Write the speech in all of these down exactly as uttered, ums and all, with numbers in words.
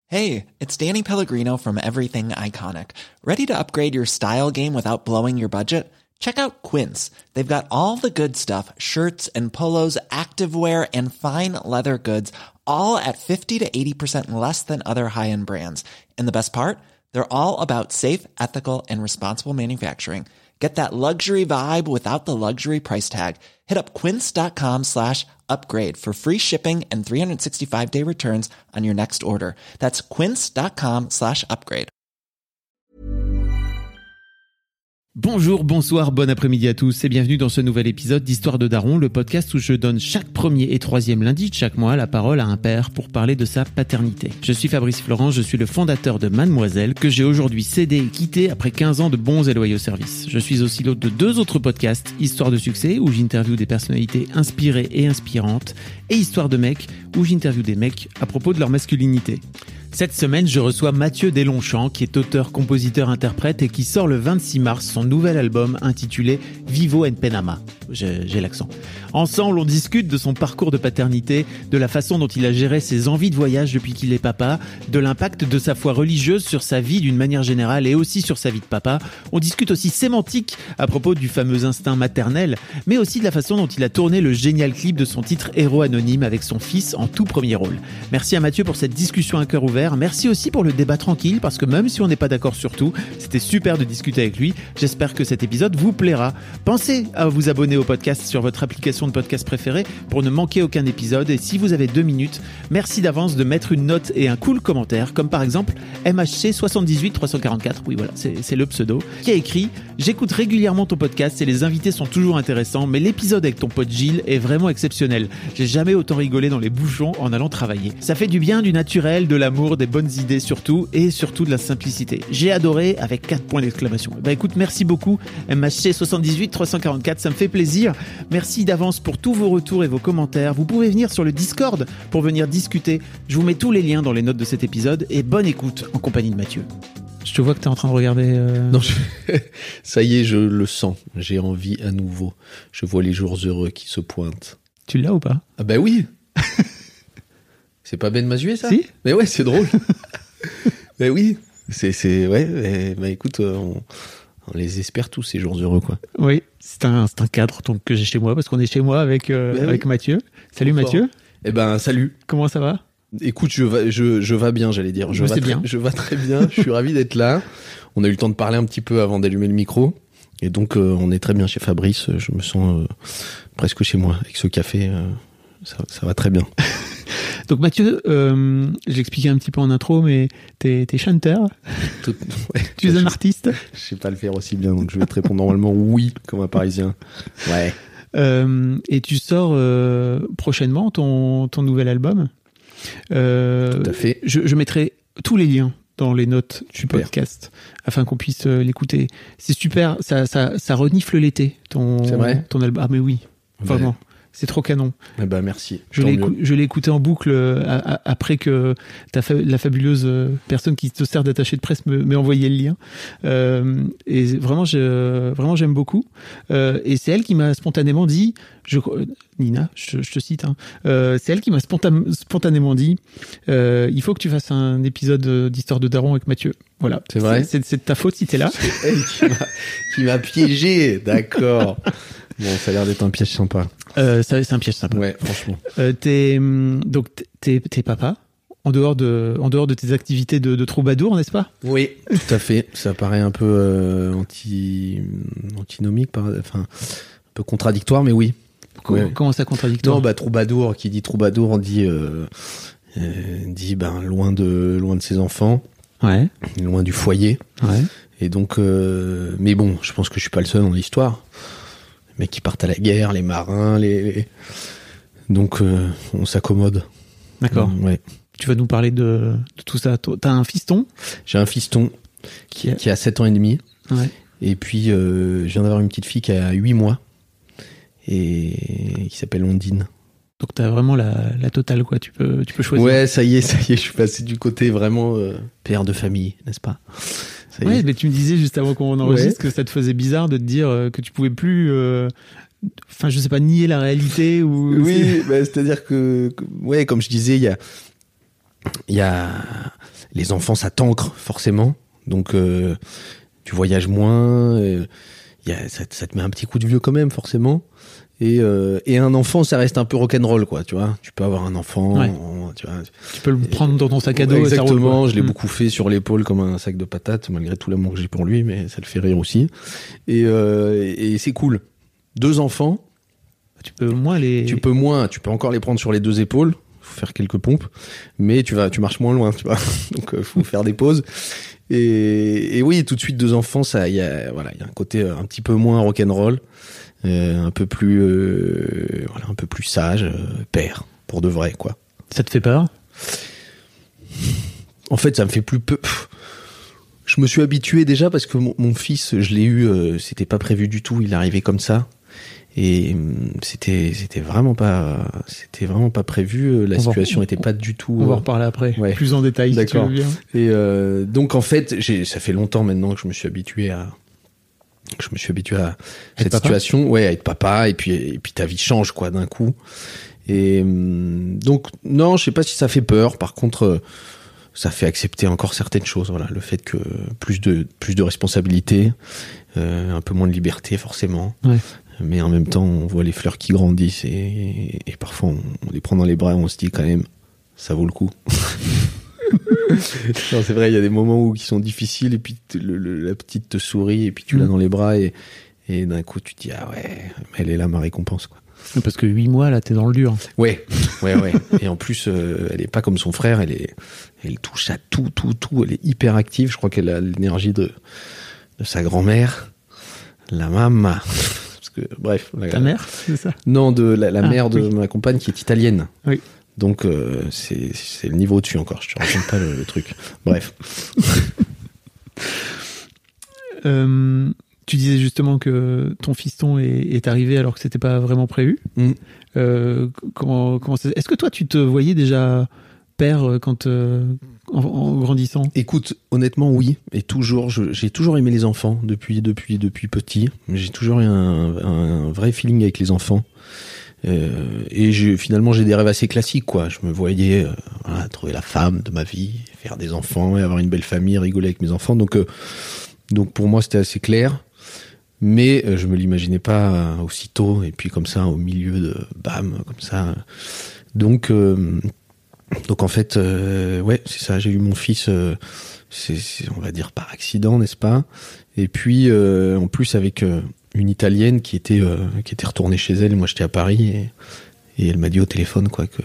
Hey, it's Danny Pellegrino from Everything Iconic. Ready to upgrade your style game without blowing your budget? Check out Quince. They've got all the good stuff, shirts and polos, activewear, and fine leather goods, all at fifty to eighty percent less than other high-end brands. And the best part? They're all about safe, ethical, and responsible manufacturing. Get that luxury vibe without the luxury price tag. Hit up quince.com slash upgrade for free shipping and three sixty-five day returns on your next order. That's quince.com slash upgrade. Bonjour, bonsoir, bon après-midi à tous et bienvenue dans ce nouvel épisode d'Histoire de Daron, le podcast où je donne chaque premier et troisième lundi de chaque mois la parole à un père pour parler de sa paternité. Je suis Fabrice Florent, je suis le fondateur de Mademoiselle, que j'ai aujourd'hui cédé et quitté après quinze ans de bons et loyaux services. Je suis aussi l'hôte de deux autres podcasts, Histoire de succès, où j'interviewe des personnalités inspirées et inspirantes, et Histoire de mecs, où j'interviewe des mecs à propos de leur masculinité. Cette semaine, je reçois Mathieu Deslongchamps, qui est auteur, compositeur, interprète et qui sort le vingt-six mars son nouvel album intitulé Vivo en Panama. J'ai, j'ai l'accent. Ensemble, on discute de son parcours de paternité, de la façon dont il a géré ses envies de voyage depuis qu'il est papa, de l'impact de sa foi religieuse sur sa vie d'une manière générale et aussi sur sa vie de papa. On discute aussi sémantique à propos du fameux instinct maternel, mais aussi de la façon dont il a tourné le génial clip de son titre Héros anonyme avec son fils en tout premier rôle. Merci à Mathieu pour cette discussion à cœur ouvert. Merci aussi pour le débat tranquille, parce que même si on n'est pas d'accord sur tout, c'était super de discuter avec lui. J'espère que cet épisode vous plaira. Pensez à vous abonner au podcast sur votre application de podcast préférée pour ne manquer aucun épisode. Et si vous avez deux minutes, merci d'avance de mettre une note et un cool commentaire, comme par exemple M H C sept huit trois quatre quatre, oui voilà, c'est, c'est le pseudo, qui a écrit « J'écoute régulièrement ton podcast et les invités sont toujours intéressants, mais l'épisode avec ton pote Gilles est vraiment exceptionnel. J'ai jamais autant rigolé dans les bouchons en allant travailler. Ça fait du bien, du naturel, de l'amour, des bonnes idées surtout, et surtout de la simplicité. J'ai adoré avec quatre points d'exclamation. » Bah écoute, merci beaucoup M H C sept huit trois quatre quatre, ça me fait plaisir. Merci d'avance pour tous vos retours et vos commentaires. Vous pouvez venir sur le Discord pour venir discuter. Je vous mets tous les liens dans les notes de cet épisode et bonne écoute en compagnie de Mathieu. Je te vois que t'es en train de regarder... Euh... Non, je... ça y est, je le sens. J'ai envie à nouveau. Je vois les jours heureux qui se pointent. Tu l'as ou pas ? Ah bah oui. C'est pas Ben Mazué, ça ? Si ? Mais ouais, c'est drôle. Mais oui, c'est... c'est ouais, mais, bah écoute, on... on les espère tous, ces jours heureux, quoi. Oui, c'est un, c'est un cadre donc, que j'ai chez moi, parce qu'on est chez moi avec, euh, ben avec oui. Mathieu. Salut Trop Mathieu. Fort. Eh ben, salut. Comment ça va ? Écoute, je vais, je, je vais bien, j'allais dire. Je Mais vais c'est très, bien. Je vais très bien. Je suis ravi d'être là. On a eu le temps de parler un petit peu avant d'allumer le micro. Et donc, euh, on est très bien chez Fabrice. Je me sens euh, presque chez moi. Avec ce café, euh, ça, ça va très bien. Donc Mathieu, euh, j'ai expliqué un petit peu en intro, mais t'es, t'es chanteur. Tout, ouais, Tu es un artiste. Je sais pas le faire aussi bien, donc je vais te répondre normalement oui, comme un Parisien. Ouais. Euh, et tu sors euh, prochainement ton, ton nouvel album. Euh, Tout à fait. Je, je mettrai tous les liens dans les notes du Super. podcast afin qu'on puisse euh, l'écouter. C'est super, ça, ça, ça renifle l'été, ton, C'est vrai ton album. Ah mais oui, vraiment. Ouais. C'est trop canon. Eh ben merci. Je l'ai, écou- je l'ai écouté en boucle euh, a- a- après que ta fa- la fabuleuse euh, personne qui te sert d'attaché de presse me, m'ait envoyé le lien. Euh, et vraiment, je, vraiment, j'aime beaucoup. Euh, et c'est elle qui m'a spontanément dit, je, euh, Nina, je, je te cite, hein, euh, c'est elle qui m'a spontan- spontanément dit, euh, il faut que tu fasses un épisode d'Histoire de Daron avec Mathieu. Voilà. C'est vrai. C'est, c'est, c'est de ta faute si t'es là. C'est elle qui m'a, qui m'a piégé. D'accord. Bon, ça a l'air d'être un piège sympa. Euh, ça, c'est un piège sympa. Ouais, franchement. Euh, t'es, hum, donc, t'es, t'es papa, en dehors de, en dehors de tes activités de, de troubadour, n'est-ce pas ? Oui, tout à fait. Ça paraît un peu euh, anti, antinomique, par, enfin, un peu contradictoire, mais oui. Comment, Ouais. comment ça contradictoire ? Non, bah, troubadour, qui dit troubadour, on dit, euh, euh, dit, ben, loin de, loin de ses enfants, Ouais. loin du foyer. Ouais. Et donc, euh, mais bon, je pense que je suis pas le seul dans l'histoire. Les mecs qui partent à la guerre, les marins, les, les... donc euh, on s'accommode. D'accord. Euh, ouais. Tu vas nous parler de, de tout ça. T'as un fiston J'ai un fiston qui, qui, a... qui a sept ans et demi. Ouais. Et puis euh, je viens d'avoir une petite fille qui a huit mois et qui s'appelle Ondine. Donc t'as vraiment la, la totale, quoi. Tu peux, tu peux choisir. Ouais, ça y est, ça y est, je suis passé du côté vraiment euh, père de famille, n'est-ce pas ? Ça y Ouais, est. mais tu me disais juste avant qu'on enregistre Ouais. que ça te faisait bizarre de te dire euh, que tu pouvais plus, euh, enfin, je sais pas, nier la réalité ou. Oui, bah, c'est-à-dire que, que, ouais, comme je disais, il y a, il y a, les enfants, ça t'ancre forcément. Donc, euh, tu voyages moins. Euh, y a, ça, ça te met un petit coup de vieux quand même, forcément. Et, euh, et un enfant, ça reste un peu rock'n'roll, quoi, tu vois. Tu peux avoir un enfant, ouais. en, tu vois. Tu peux le prendre dans ton sac à dos. Exactement, et ça roule, je l'ai mmh. beaucoup fait sur l'épaule comme un sac de patates, malgré tout l'amour que j'ai pour lui, mais ça le fait rire aussi. Et, euh, et, et c'est cool. Deux enfants. Tu peux moins les... Tu peux moins, tu peux encore les prendre sur les deux épaules. Faut faire quelques pompes, mais tu vas, tu marches moins loin, tu vois. Donc, euh, faut faire des pauses. Et, et oui, tout de suite, deux enfants, ça, il y a, voilà, il y a un côté un petit peu moins rock'n'roll. Euh, un peu plus euh, voilà, un peu plus sage, euh, père, pour de vrai, quoi. Ça te fait peur ? En fait, ça me fait plus peur. Je me suis habitué déjà parce que mon, mon fils, je l'ai eu, euh, c'était pas prévu du tout, il est arrivé comme ça. Et c'était c'était vraiment pas c'était vraiment pas prévu, la on situation était pas du tout. On va en reparler après, ouais. Plus en détail. D'accord. Si tu veux bien. Et euh, donc en fait, j'ai ça fait longtemps maintenant que je me suis habitué à je me suis habitué à cette être situation, ouais, à être papa, et puis et puis ta vie change, quoi, d'un coup. Et donc non, je sais pas si ça fait peur. Par contre, ça fait accepter encore certaines choses. Voilà, le fait que plus de plus de responsabilités, euh, un peu moins de liberté, forcément. Ouais. Mais en même temps, on voit les fleurs qui grandissent et, et parfois on, on les prend dans les bras et on se dit quand même, ça vaut le coup. Non, c'est vrai, il y a des moments où qui sont difficiles et puis le, le, la petite te sourit et puis tu mmh. l'as dans les bras et, et d'un coup tu te dis ah ouais, elle est là ma récompense, quoi. Parce que huit mois là, t'es dans le dur. Ouais, ouais, ouais. Et en plus, euh, elle est pas comme son frère, elle est, elle touche à tout, tout, tout. Elle est hyper active. Je crois qu'elle a l'énergie de, de sa grand-mère, la maman. Que, bref, ta la, mère, c'est ça ? Non, de la, la ah, mère de oui. ma compagne qui est italienne. Oui. Donc euh, c'est c'est le niveau au-dessus encore. Je te raconte pas le, le truc. Bref. euh, tu disais justement que ton fiston est, est arrivé alors que c'était pas vraiment prévu. Mm. Euh, comment comment c'est... Est-ce que toi tu te voyais déjà père quand euh, en, en grandissant ? Écoute, honnêtement, oui. Et toujours, je, j'ai toujours aimé les enfants depuis depuis depuis petit. J'ai toujours eu un, un vrai feeling avec les enfants. Euh, et j'ai, finalement, j'ai des rêves assez classiques, quoi. Je me voyais euh, voilà, trouver la femme de ma vie, faire des enfants et avoir une belle famille, rigoler avec mes enfants. Donc, euh, donc pour moi, c'était assez clair. Mais euh, je me l'imaginais pas euh, aussitôt. Et puis comme ça, au milieu de bam, comme ça. Donc euh, Donc en fait, euh, ouais, c'est ça. J'ai eu mon fils, euh, c'est, c'est, on va dire par accident, n'est-ce pas ? Et puis euh, en plus avec euh, une Italienne qui était euh, qui était retournée chez elle. Moi, j'étais à Paris et, et elle m'a dit au téléphone quoi que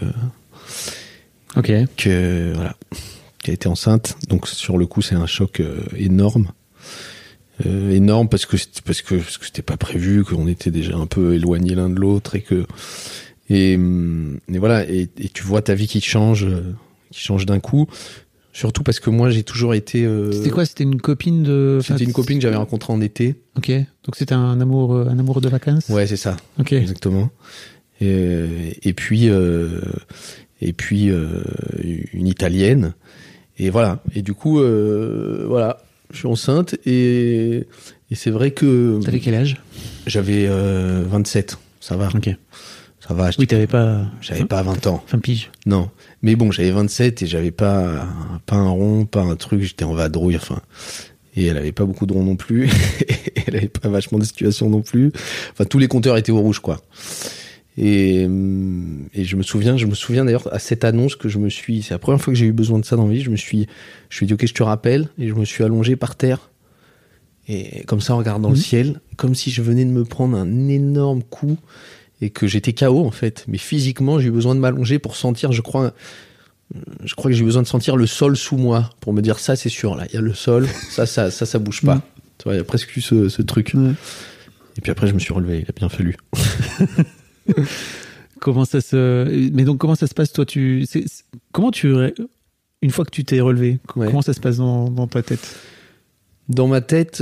ok que voilà qu'elle était enceinte. Donc sur le coup, c'est un choc euh, énorme, euh, énorme parce que c'était, parce que parce que c'était pas prévu, qu'on était déjà un peu éloignés l'un de l'autre et que Et, et voilà, et, et tu vois ta vie qui change, qui change d'un coup. Surtout parce que moi, j'ai toujours été. Euh... C'était quoi ? C'était une copine de. C'était une copine que j'avais rencontrée en été. Ok. Donc c'était un amour, un amour de vacances. Ouais, c'est ça. Ok. Exactement. Et, et puis, euh, et puis euh, une Italienne. Et voilà. Et du coup, euh, voilà, je suis enceinte et, et c'est vrai que. T'avais quel âge ? J'avais euh, vingt-sept. Ça va. Ok. Ça va. Oui, t'avais pas. J'avais pas vingt ans. Fin pige. Non. Mais bon, j'avais vingt-sept et j'avais pas, pas un rond, pas un truc, j'étais en vadrouille, enfin. Et elle avait pas beaucoup de ronds non plus. Elle avait pas vachement de situations non plus. Enfin, tous les compteurs étaient au rouge, quoi. Et, et je me souviens, je me souviens d'ailleurs à cette annonce que je me suis, c'est la première fois que j'ai eu besoin de ça dans ma vie, je me suis, je me suis dit, ok, je te rappelle, et je me suis allongé par terre. Et comme ça, en regardant mmh. le ciel, comme si je venais de me prendre un énorme coup. Et que j'étais K O en fait, mais physiquement j'ai eu besoin de m'allonger pour sentir, je crois, je crois que j'ai eu besoin de sentir le sol sous moi pour me dire ça c'est sûr là, il y a le sol, ça ça ça ça bouge pas, mmh. tu vois, il y a presque eu ce, ce truc. Mmh. Et puis après je me suis relevé, il a bien fallu. Comment ça se, mais donc comment ça se passe toi tu, c'est... comment tu, une fois que tu t'es relevé, ouais. comment ça se passe dans, dans ta tête? Dans ma tête,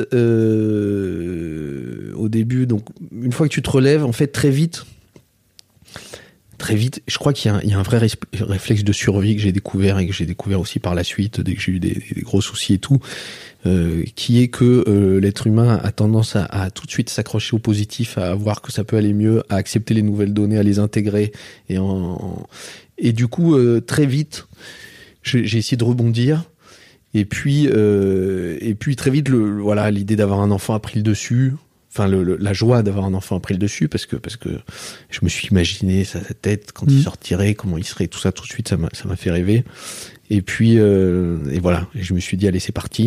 euh, au début, donc une fois que tu te relèves, en fait, très vite, très vite, je crois qu'il y a un, il y a un vrai res- réflexe de survie que j'ai découvert et que j'ai découvert aussi par la suite, dès que j'ai eu des, des gros soucis et tout, euh, qui est que euh, l'être humain a tendance à, à tout de suite s'accrocher au positif, à voir que ça peut aller mieux, à accepter les nouvelles données, à les intégrer, et en, en... et du coup, euh, très vite, j'ai, j'ai essayé de rebondir. Et puis, euh, et puis très vite, le, voilà, l'idée d'avoir un enfant a pris le dessus. Enfin, le, le, la joie d'avoir un enfant a pris le dessus parce que parce que je me suis imaginé sa tête quand mmh. il sortirait, comment il serait, tout ça, tout de suite, ça m'a ça m'a fait rêver. Et puis, euh, et voilà, et je me suis dit allez, c'est parti.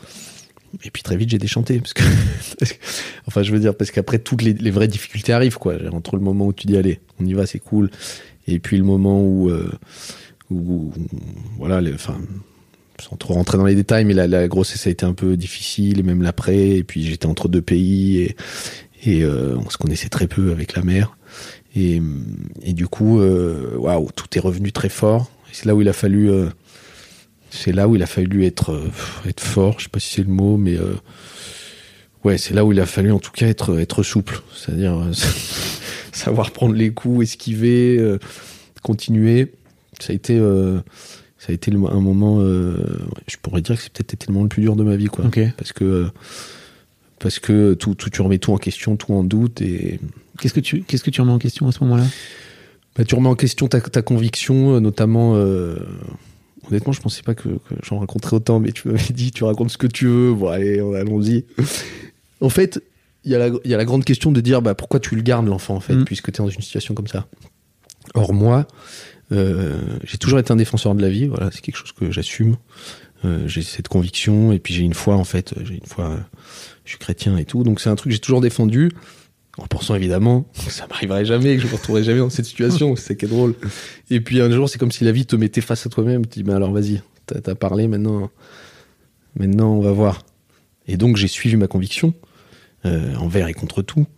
Et puis très vite, j'ai déchanté parce que, parce que enfin, je veux dire parce qu'après toutes les, les vraies difficultés arrivent quoi. Entre le moment où tu dis allez, on y va, c'est cool, et puis le moment où euh, où, où voilà, les, enfin. Sans trop rentrer dans les détails, mais la, la grossesse a été un peu difficile, et même l'après, et puis j'étais entre deux pays, et, et euh, on se connaissait très peu avec la mère, et, et du coup, waouh, wow, tout est revenu très fort, et c'est là où il a fallu, euh, c'est là où il a fallu être, euh, être fort, je sais pas si c'est le mot, mais euh, ouais, c'est là où il a fallu en tout cas être, être souple, c'est-à-dire euh, savoir prendre les coups, esquiver, euh, continuer, ça a été... Euh, Ça a été un moment, euh, je pourrais dire que c'est peut-être été le moment le plus dur de ma vie, quoi. Okay. Parce que, parce que tout, tout, tu remets tout en question, tout en doute. Et... Qu'est-ce que tu, qu'est-ce que tu remets en question à ce moment-là ? Bah, tu remets en question ta, ta conviction, notamment. Euh, honnêtement, je pensais pas que, que j'en raconterais autant, mais tu m'avais dit, tu racontes ce que tu veux. Bon, allez, allons-y. En fait, il y a la, il y a la grande question de dire, bah, pourquoi tu le gardes, l'enfant, en fait, mmh. puisque tu es dans une situation comme ça. Or, moi, Euh, j'ai toujours été un défenseur de la vie, voilà, c'est quelque chose que j'assume. Euh, j'ai cette conviction, et puis j'ai une foi en fait, j'ai une foi, euh, je suis chrétien et tout, donc c'est un truc que j'ai toujours défendu, en pensant évidemment que ça m'arriverait jamais, que je me retrouverais jamais dans cette situation, c'est ça qui est drôle. Et puis un jour, c'est comme si la vie te mettait face à toi-même, tu te dis, ben alors vas-y, t'as, t'as parlé, maintenant, maintenant on va voir. Et donc j'ai suivi ma conviction, euh, envers et contre tout.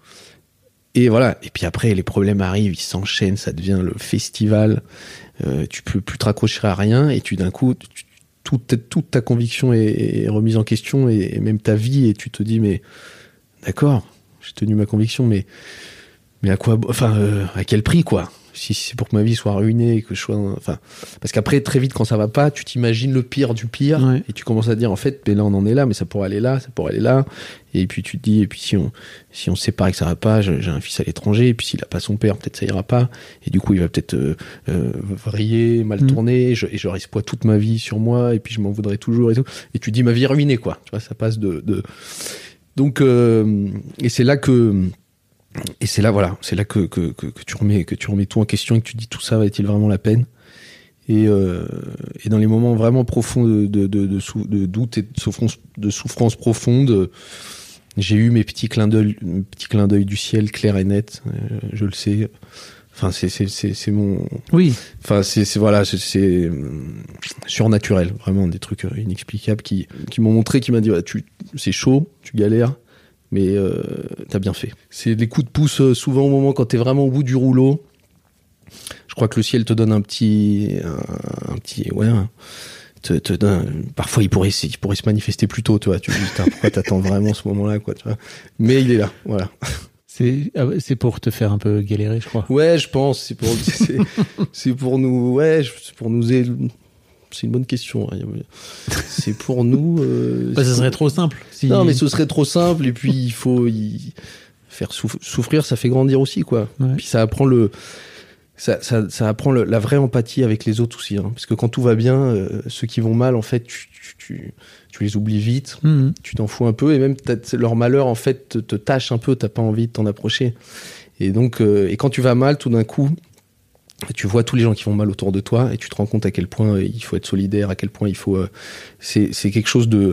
Et voilà. Et puis après, les problèmes arrivent, ils s'enchaînent, ça devient le festival. Euh, tu peux plus te raccrocher à rien, et tu d'un coup, tu, toute, toute ta conviction est, est remise en question, et, et même ta vie, et tu te dis, mais d'accord, j'ai tenu ma conviction, mais mais à quoi, enfin, euh, à quel prix, quoi? Si c'est pour que ma vie soit ruinée, et que je sois, enfin, parce qu'après, très vite, quand ça va pas, tu t'imagines le pire du pire, ouais. et tu commences à dire, en fait, mais là, on en est là, mais ça pourrait aller là, ça pourrait aller là, et puis tu te dis, et puis si on, si on se sépare et que ça va pas, j'ai un fils à l'étranger, et puis s'il a pas son père, peut-être ça ira pas, et du coup, il va peut-être euh, euh, vriller, mal tourner, mmh. et, je, et j'aurai ce poids toute ma vie sur moi, et puis je m'en voudrais toujours, et tout, et tu te dis, ma vie est ruinée, quoi, tu vois, ça passe de, de... donc, euh, et c'est là que, Et c'est là, voilà, c'est là que, que, que, que, tu remets, que tu remets tout en question, et que tu te dis, tout ça va-t-il vraiment la peine? Et, euh, et dans les moments vraiment profonds de, de, de, de, sou, de doute et de souffrance, de souffrance profonde, j'ai eu mes petits clins d'œil, mes petits clins d'œil du ciel clair et net, euh, je le sais. Enfin, c'est, c'est, c'est, c'est mon. Oui. Enfin, c'est, c'est voilà, c'est, c'est surnaturel, vraiment des trucs inexplicables qui, qui m'ont montré, qui m'a dit, bah, tu, c'est chaud, tu galères. Mais euh, t'as bien fait. C'est des coups de pouce euh, souvent au moment quand t'es vraiment au bout du rouleau. Je crois que le ciel te donne un petit, un, un petit, ouais, te, te donne. Parfois il pourrait, il pourrait se manifester plus tôt, tu vois. Tu te dis, pourquoi t'attends vraiment ce moment-là, quoi, tu vois. Mais il est là, voilà. C'est, c'est pour te faire un peu galérer, je crois. Ouais, je pense. C'est pour, c'est, c'est pour nous, ouais, c'est pour nous aider. C'est une bonne question. C'est pour nous. Euh, bah, ce serait trop simple. Si... Non, mais ce serait trop simple. Et puis il faut y... faire souff- souffrir, ça fait grandir aussi, quoi. Ouais. Puis ça apprend le, ça, ça, ça apprend le, la vraie empathie avec les autres aussi. Hein. Parce que quand tout va bien, euh, ceux qui vont mal, en fait, tu, tu, tu, tu les oublies vite. Mmh. Tu t'en fous un peu, et même leur malheur, en fait, te, te tâche un peu. T'as pas envie de t'en approcher. Et donc, euh, et quand tu vas mal, tout d'un coup. Tu vois tous les gens qui vont mal autour de toi, et tu te rends compte à quel point il faut être solidaire, à quel point il faut. Euh, c'est, c'est quelque chose de,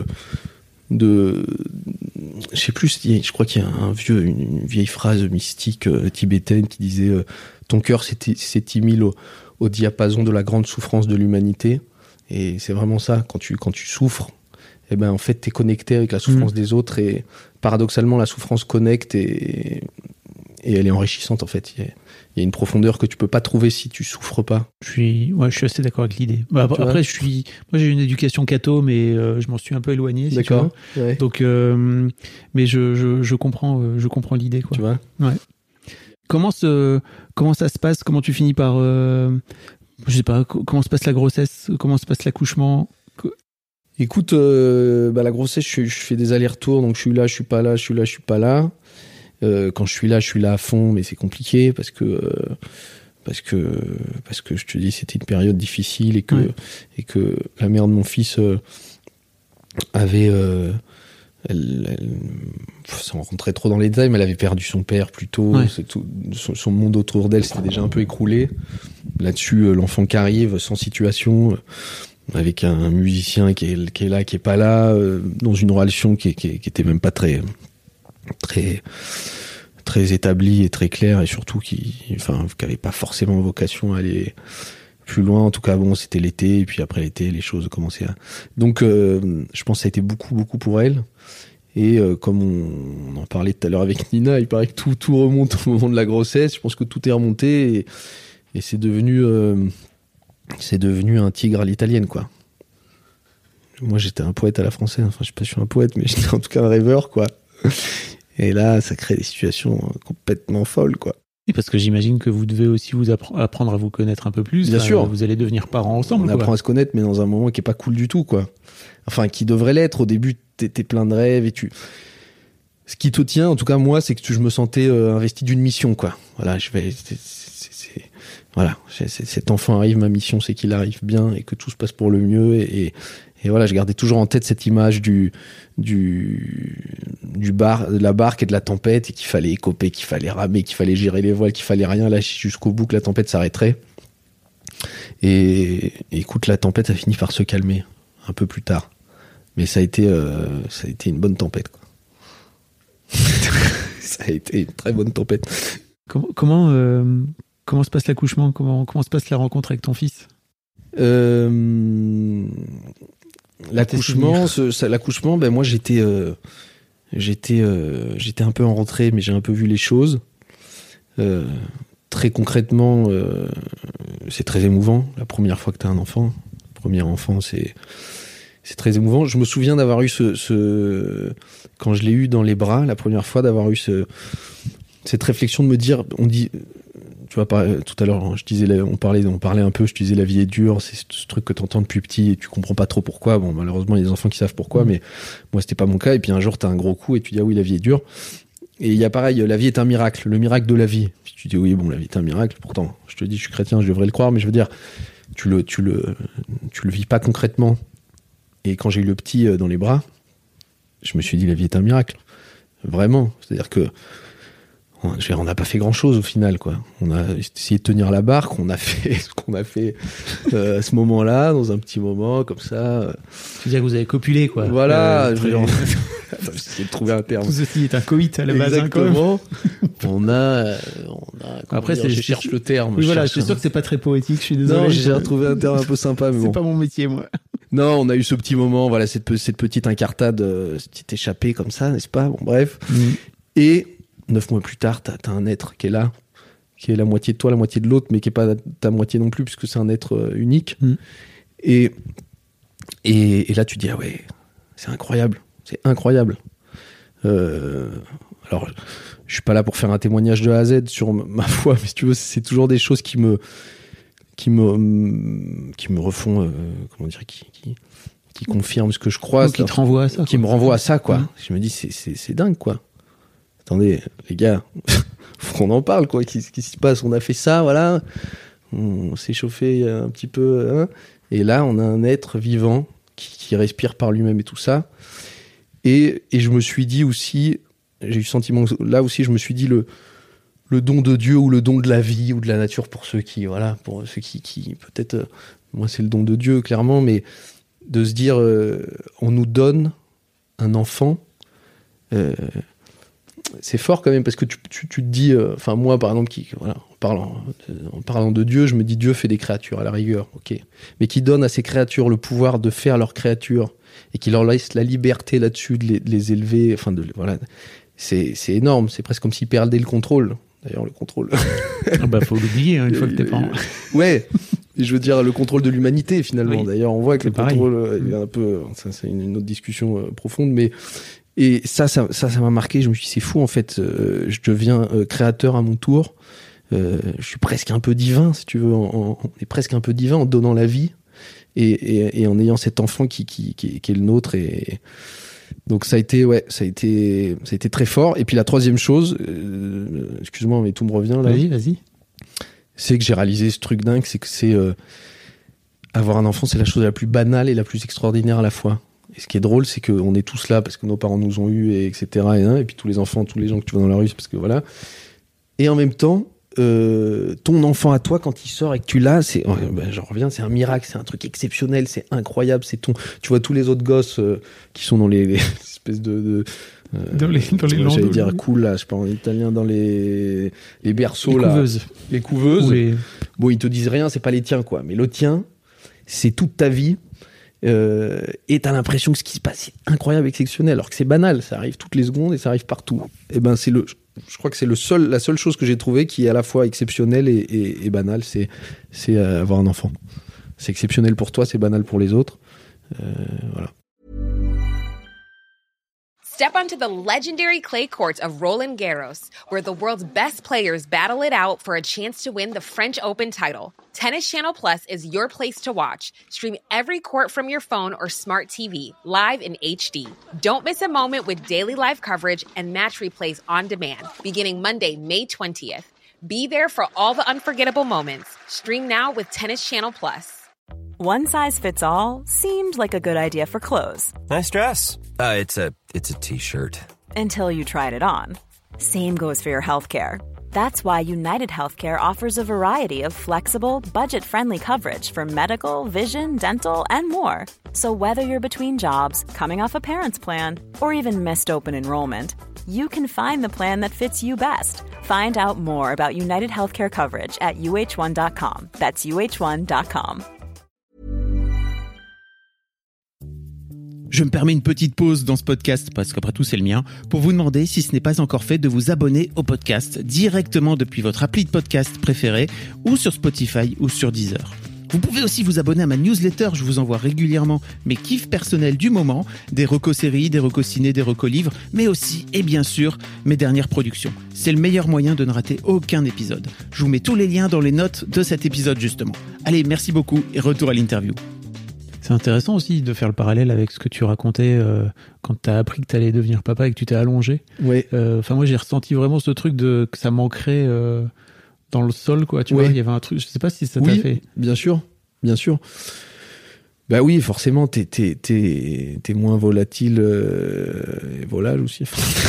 de. Je sais plus. Je crois qu'il y a un vieux, une, une vieille phrase mystique euh, tibétaine qui disait euh, ton cœur s'est, s'est émis au, au diapason de la grande souffrance de l'humanité. Et c'est vraiment ça. Quand tu quand tu souffres, eh ben en fait t'es connecté avec la souffrance mmh. des autres, et paradoxalement la souffrance connecte, et et elle est enrichissante en fait. Il y a, il y a une profondeur que tu peux pas trouver si tu souffres pas. Je suis, ouais, je suis assez d'accord avec l'idée. Bah, après, après je suis, moi j'ai une éducation catho, mais euh, je m'en suis un peu éloigné. Si d'accord. Tu vois. Ouais. Donc, euh, mais je, je, je comprends, euh, je comprends l'idée, quoi. Tu vois. Ouais. Comment se, comment ça se passe? Comment tu finis par, euh, je sais pas, comment se passe la grossesse? Comment se passe l'accouchement? Écoute, euh, bah la grossesse, je, je fais des allers-retours, donc je suis là, je suis pas là, je suis là, je suis pas là. Euh, quand je suis là, je suis là à fond, mais c'est compliqué parce que euh, parce que parce que je te dis, c'était une période difficile, et que ouais. et que la mère de mon fils, euh, avait, euh, elle, elle, sans rentrer trop dans les détails, mais elle avait perdu son père plus tôt. Ouais. C'est tout, son, son monde autour d'elle s'était déjà un peu écroulé. Là-dessus, euh, l'enfant qui arrive sans situation, euh, avec un, un musicien qui est, qui est là, qui est pas là, euh, dans une relation qui, qui, qui était même pas très, très, très établie et très claire, et surtout qui, enfin, qui avait pas forcément vocation à aller plus loin. En tout cas, bon, c'était l'été, et puis après l'été, les choses commençaient à... Donc, euh, je pense que ça a été beaucoup, beaucoup pour elle. Et euh, comme on, on en parlait tout à l'heure avec Nina, il paraît que tout, tout remonte au moment de la grossesse. Je pense que tout est remonté, et, et c'est devenu, euh, c'est devenu un tigre à l'italienne, quoi. Moi, j'étais un poète à la française. Enfin, je sais pas si je suis un poète, mais j'étais en tout cas un rêveur, quoi. Et là, ça crée des situations complètement folles, quoi. Oui, parce que j'imagine que vous devez aussi vous appre- apprendre à vous connaître un peu plus. Bien Enfin, sûr. Vous allez devenir parents ensemble. On quoi. apprend à se connaître, mais dans un moment qui est pas cool du tout, quoi. Enfin, qui devrait l'être. Au début, t'es, t'es plein de rêves et tu... Ce qui te tient, en tout cas, moi, c'est que je me sentais euh, investi d'une mission, quoi. Voilà, je vais... C'est, c'est, c'est... Voilà, c'est, c'est, cet enfant arrive, ma mission, c'est qu'il arrive bien et que tout se passe pour le mieux. Et, et, et voilà, je gardais toujours en tête cette image du... du du bar, de la barque et de la tempête, et qu'il fallait écoper, qu'il fallait ramer, qu'il fallait gérer les voiles, qu'il fallait rien lâcher jusqu'au bout, que la tempête s'arrêterait. Et, et écoute, la tempête a fini par se calmer un peu plus tard, mais ça a été euh, ça a été une bonne tempête, quoi. Ça a été une très bonne tempête. Comment comment, euh, comment se passe l'accouchement, comment comment se passe la rencontre avec ton fils? Euh, l'accouchement, ce, ça, l'accouchement, ben moi j'étais euh, J'étais, euh, j'étais un peu en retrait, mais j'ai un peu vu les choses. Euh, très concrètement, euh, c'est très émouvant. La première fois que tu as un enfant, premier enfant, c'est, c'est très émouvant. Je me souviens d'avoir eu ce, ce, quand je l'ai eu dans les bras, la première fois, d'avoir eu ce, cette réflexion de me dire, on dit, tu vois, tout à l'heure, je disais, on parlait, on parlait un peu, je disais la vie est dure, c'est ce truc que t'entends depuis petit et tu comprends pas trop pourquoi. Bon, malheureusement, il y a des enfants qui savent pourquoi, mmh. mais moi, c'était pas mon cas. Et puis un jour, t'as un gros coup et tu dis, ah oui, la vie est dure. Et il y a pareil, la vie est un miracle, le miracle de la vie. Puis tu dis, oui, bon, la vie est un miracle. Pourtant, je te dis, je suis chrétien, je devrais le croire, mais je veux dire, tu le, tu le, tu le vis pas concrètement. Et quand j'ai eu le petit dans les bras, je me suis dit, la vie est un miracle. Vraiment. C'est-à-dire que, on n'a pas fait grand chose au final, quoi. On a essayé de tenir la barque, on a fait ce qu'on a fait euh, à ce moment-là, dans un petit moment comme ça. C'est-à-dire que vous avez copulé, quoi. Voilà, euh, je vais en... essayer de trouver un terme. Tout ceci est un coït à la base. Exactement. on a, on a. Après, dire, c'est, je cherche le terme. Oui, voilà, cherche je suis sûr un... que c'est pas très poétique. Je suis désolé. Non, j'ai retrouvé un terme un peu sympa, mais c'est bon. pas mon métier, moi. Non, on a eu ce petit moment, voilà, cette, cette petite incartade, euh, cette petite échappée comme ça, n'est-ce pas? Bon, bref. Mm. Et neuf mois plus tard, t'as, t'as un être qui est là, qui est la moitié de toi, la moitié de l'autre, mais qui est pas ta moitié non plus, puisque c'est un être euh, unique. Mm. Et, et, et là, tu dis, ah ouais, c'est incroyable, c'est incroyable. Euh, alors, je suis pas là pour faire un témoignage de A à Z sur ma foi, mais si tu veux, c'est toujours des choses qui me, qui me, qui me refont, euh, comment dire, qui, qui, qui confirment ce que je crois. Donc, qui te renvoient à ça. Qui quoi. me renvoient à ça, quoi. Mm. Je me dis, c'est, c'est, c'est dingue, quoi. Attendez, les gars, faut qu'on en parle, quoi. Qu'est-ce qui se passe? On a fait ça, voilà. On s'est chauffé un petit peu, hein. Et là, on a un être vivant qui, qui respire par lui-même et tout ça. Et, et je me suis dit aussi, j'ai eu le sentiment, là aussi, je me suis dit le, le don de Dieu ou le don de la vie ou de la nature pour ceux qui, voilà, pour ceux qui, qui peut-être, euh, moi, c'est le don de Dieu, clairement, mais de se dire, euh, on nous donne un enfant, euh, c'est fort quand même, parce que tu, tu, tu te dis, enfin euh, moi par exemple, qui, voilà, en, parlant, en parlant de Dieu, je me dis Dieu fait des créatures à la rigueur, ok, mais qui donne à ces créatures le pouvoir de faire leurs créatures et qui leur laisse la liberté là-dessus de les, de les élever, enfin de voilà, c'est, c'est énorme, c'est presque comme s'ils perdaient le contrôle. D'ailleurs le contrôle. Ah bah faut l'oublier hein, une fois que t'es parent. Ouais. Je veux dire le contrôle de l'humanité finalement. Oui. D'ailleurs on voit que c'est le pareil. contrôle il est un peu, ça c'est une, une autre discussion euh, profonde, mais et ça, ça, ça, ça m'a marqué. Je me suis dit, c'est fou, en fait. Euh, je deviens euh, créateur à mon tour. Euh, je suis presque un peu divin, si tu veux. En, en, on est presque un peu divin en donnant la vie et, et, et en ayant cet enfant qui, qui, qui, qui est le nôtre. Et donc ça a été, ouais, ça a été, ça a été très fort. Et puis la troisième chose, euh, excuse-moi, mais tout me revient là. Vas-y, vas-y. C'est que j'ai réalisé ce truc dingue, c'est que c'est euh, avoir un enfant, c'est la chose la plus banale et la plus extraordinaire à la fois. Et ce qui est drôle, c'est qu'on est tous là parce que nos parents nous ont eus, et etc. Et, hein, et puis tous les enfants, tous les gens que tu vois dans la rue, c'est parce que voilà. Et en même temps, euh, ton enfant à toi, quand il sort et que tu l'as, c'est, ben, j'en reviens, c'est un miracle, c'est un truc exceptionnel, c'est incroyable. C'est ton, tu vois tous les autres gosses euh, qui sont dans les, les espèces de, de euh, dans les dans les j'allais landes, dire cool là, je sais pas en italien, dans les les berceaux les là, couveuses. les couveuses. Les... Bon, ils te disent rien, c'est pas les tiens quoi, mais le tien, c'est toute ta vie. Euh, et t'as l'impression que ce qui se passe c'est incroyable, exceptionnel, alors que c'est banal, ça arrive toutes les secondes et ça arrive partout. Et ben c'est le, je crois que c'est le seul, la seule chose que j'ai trouvée qui est à la fois exceptionnelle et, et, et banale, c'est, c'est avoir un enfant. C'est exceptionnel pour toi, c'est banal pour les autres. Euh, voilà. Step onto the legendary clay courts of Roland Garros, where the world's best players battle it out for a chance to win the French Open title. Tennis Channel Plus is your place to watch. Stream every court from your phone or smart T V, live in H D. Don't miss a moment with daily live coverage and match replays on demand, beginning Monday, May twentieth. Be there for all the unforgettable moments. Stream now with Tennis Channel Plus. One size fits all seemed like a good idea for clothes. Nice dress. Uh, it's a it's a t-shirt. Until you tried it on. Same goes for your healthcare. That's why United Healthcare offers a variety of flexible, budget-friendly coverage for medical, vision, dental, and more. So whether you're between jobs, coming off a parent's plan, or even missed open enrollment, you can find the plan that fits you best. Find out more about United Healthcare coverage at U H one dot com. That's U H one dot com. Je me permets une petite pause dans ce podcast, parce qu'après tout c'est le mien, pour vous demander, si ce n'est pas encore fait, de vous abonner au podcast directement depuis votre appli de podcast préférée, ou sur Spotify ou sur Deezer. Vous pouvez aussi vous abonner à ma newsletter, je vous envoie régulièrement mes kiffs personnels du moment, des recos séries, des recos ciné, des recos livres, mais aussi, et bien sûr, mes dernières productions. C'est le meilleur moyen de ne rater aucun épisode. Je vous mets tous les liens dans les notes de cet épisode justement. Allez, merci beaucoup et retour à l'interview. C'est intéressant aussi de faire le parallèle avec ce que tu racontais euh, quand tu as appris que tu allais devenir papa et que tu t'es allongé. Oui. Enfin, euh, moi, j'ai ressenti vraiment ce truc de que ça manquerait euh, dans le sol, quoi. Tu oui. vois, il y avait un truc, je sais pas si ça oui, t'a fait. Bien sûr, bien sûr. Bah oui, forcément, t'es, t'es, t'es, t'es moins volatile euh, et volage aussi.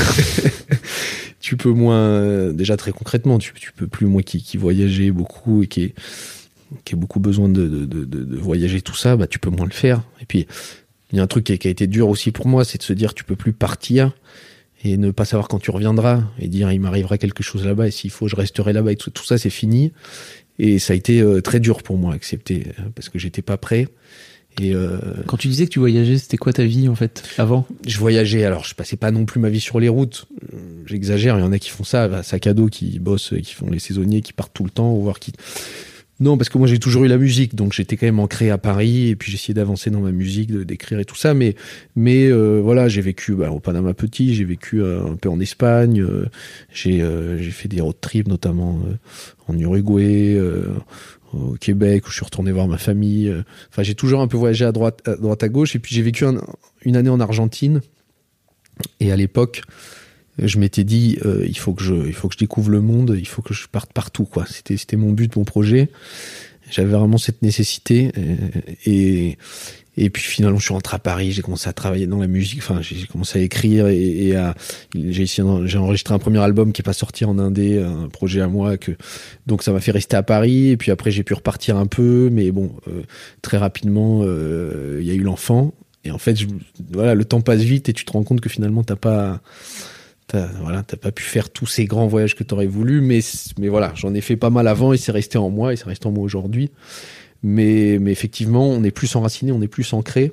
Tu peux moins, euh, déjà très concrètement, tu, tu peux plus, moi qui, qui voyageais beaucoup et qui est qui a beaucoup besoin de, de, de, de voyager, tout ça, bah, tu peux moins le faire. Et puis, il y a un truc qui a, qui a été dur aussi pour moi, c'est de se dire, tu peux plus partir et ne pas savoir quand tu reviendras et dire, il m'arrivera quelque chose là-bas et s'il faut, je resterai là-bas et tout, tout ça, c'est fini. Et ça a été euh, très dur pour moi à accepter parce que j'étais pas prêt. Et euh, quand tu disais que tu voyageais, c'était quoi ta vie en fait avant ? Je voyageais, alors je passais pas non plus ma vie sur les routes. J'exagère, il y en a qui font ça, sac à dos, qui bossent, qui font les saisonniers, qui partent tout le temps, voire qui... Non, parce que moi j'ai toujours eu la musique, donc j'étais quand même ancré à Paris et puis j'essayais d'avancer dans ma musique, de, d'écrire et tout ça. Mais, mais euh, voilà, j'ai vécu bah, au Panama petit, j'ai vécu euh, un peu en Espagne, euh, j'ai, euh, j'ai fait des road trips notamment euh, en Uruguay, euh, au Québec où je suis retourné voir ma famille. Euh, enfin, j'ai toujours un peu voyagé à droite, à droite à gauche et puis j'ai vécu un, une année en Argentine et à l'époque. Je m'étais dit, euh, il faut que je, il faut que je découvre le monde, il faut que je parte partout, quoi. C'était, c'était mon but, mon projet. J'avais vraiment cette nécessité. Et, et, et puis finalement, je suis rentré à Paris, j'ai commencé à travailler dans la musique. Enfin, j'ai commencé à écrire et, et à, j'ai essayé, j'ai enregistré un premier album qui est pas sorti en indé, un projet à moi que, donc ça m'a fait rester à Paris. Et puis après, j'ai pu repartir un peu, mais bon, euh, très rapidement, euh, il y a eu l'enfant. Et en fait, je, voilà, le temps passe vite et tu te rends compte que finalement, t'as pas, T'as, voilà, t'as pas pu faire tous ces grands voyages que t'aurais voulu, mais, mais voilà, j'en ai fait pas mal avant et c'est resté en moi et c'est resté en moi aujourd'hui. Mais, mais effectivement, on est plus enraciné, on est plus ancré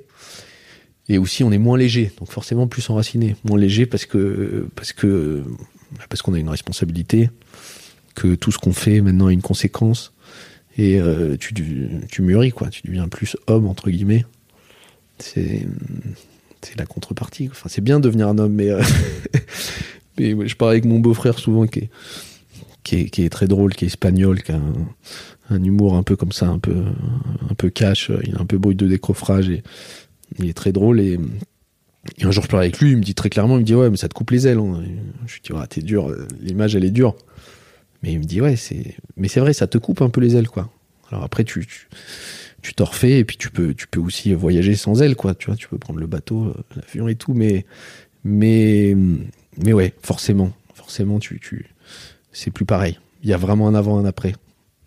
et aussi on est moins léger. Donc forcément plus enraciné, moins léger parce que, parce que, parce qu'on a une responsabilité, que tout ce qu'on fait maintenant a une conséquence et euh, tu, tu mûris, quoi, tu deviens plus homme, entre guillemets. C'est, c'est la contrepartie. Enfin, c'est bien de devenir un homme, mais, euh, mais je parle avec mon beau-frère souvent qui est, qui est, qui est très drôle, qui est espagnol, qui a un, un humour un peu comme ça, un peu, un peu cash, il a un peu bruit de décoffrage et il est très drôle et, et un jour je parle avec lui, il me dit très clairement, il me dit ouais mais ça te coupe les ailes. Hein. Je lui dis ouais t'es dur, l'image elle est dure. Mais il me dit ouais c'est, mais c'est vrai ça te coupe un peu les ailes quoi. Alors après, tu, tu, tu t'en refais et puis tu peux, tu peux aussi voyager sans elle, quoi. Tu vois, tu peux prendre le bateau, l'avion et tout, mais, mais, mais ouais, forcément, forcément, tu, tu, c'est plus pareil. Il y a vraiment un avant, un après.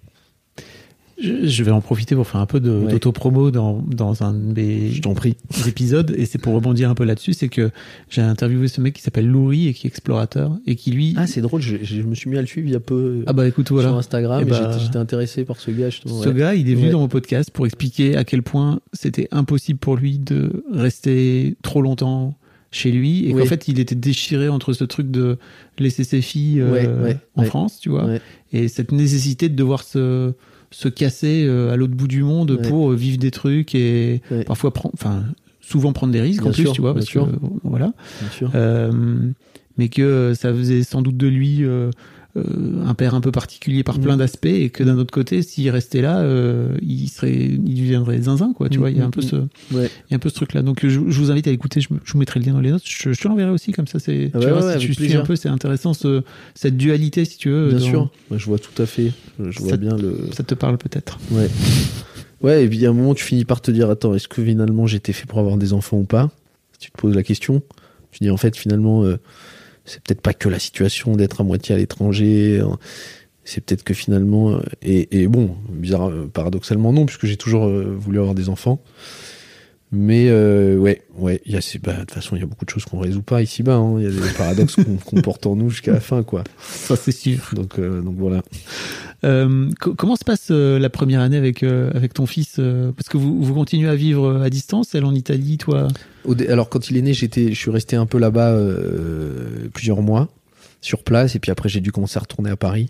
Je, je vais en profiter pour faire un peu de, ouais. d'auto-promo dans, dans un de mes je t'en prie. épisodes, et c'est pour rebondir un peu là-dessus, c'est que j'ai interviewé ce mec qui s'appelle Louri et qui est explorateur, et qui lui... Ah, c'est drôle, je, je me suis mis à le suivre il y a peu ah bah, écoute, voilà. sur Instagram, et, et bah, j'étais, j'étais intéressé par ce gars. Justement, ce ouais. gars, il est venu ouais. dans mon podcast pour expliquer à quel point c'était impossible pour lui de rester trop longtemps chez lui, et oui. qu'en fait, il était déchiré entre ce truc de laisser ses filles euh, ouais, ouais, en ouais. France, tu vois, ouais. et cette nécessité de devoir se... se casser euh, à l'autre bout du monde ouais. pour euh, vivre des trucs et ouais. parfois prendre, enfin souvent prendre des risques bien en sûr, plus, tu vois, parce sûr. que euh, voilà. Euh, mais que ça faisait sans doute de lui euh, euh, un père un peu particulier par mmh. plein d'aspects, et que d'un autre côté, s'il restait là, euh, il serait, il deviendrait zinzin, quoi. Tu mmh. vois, il y a un peu ce, ouais. il y a un peu ce truc-là. Donc je, je vous invite à écouter. Je, je vous mettrai le lien dans les notes. Je, je te l'enverrai aussi, comme ça, c'est. Ah tu ouais, vois, ouais, si tu suis un peu, c'est intéressant ce, cette dualité, si tu veux. Bien dans... sûr. Moi, je vois tout à fait. Je vois ça, bien le. Ça te parle peut-être. Ouais. Ouais. Et puis à un moment, tu finis par te dire, attends, est-ce que finalement j'étais fait pour avoir des enfants ou pas ? Si tu te poses la question, tu dis en fait finalement. Euh, c'est peut-être pas que la situation d'être à moitié à l'étranger, c'est peut-être que finalement, et, et bon, bizarre, paradoxalement non, puisque j'ai toujours voulu avoir des enfants, mais euh, ouais, ouais, il y a, bah, de toute façon, il y a beaucoup de choses qu'on résout pas ici-bas, hein. Il y a des paradoxes qu'on, qu'on porte en nous jusqu'à la fin, quoi. Ça, c'est sûr. Donc, euh, donc voilà. Euh, co- comment se passe euh, la première année avec, euh, avec ton fils euh, parce que vous, vous continuez à vivre à distance, elle en Italie, toi ? Au dé- Alors, quand il est né, j'étais, je suis resté un peu là-bas euh, plusieurs mois, sur place, et puis après, j'ai dû commencer à retourner à Paris.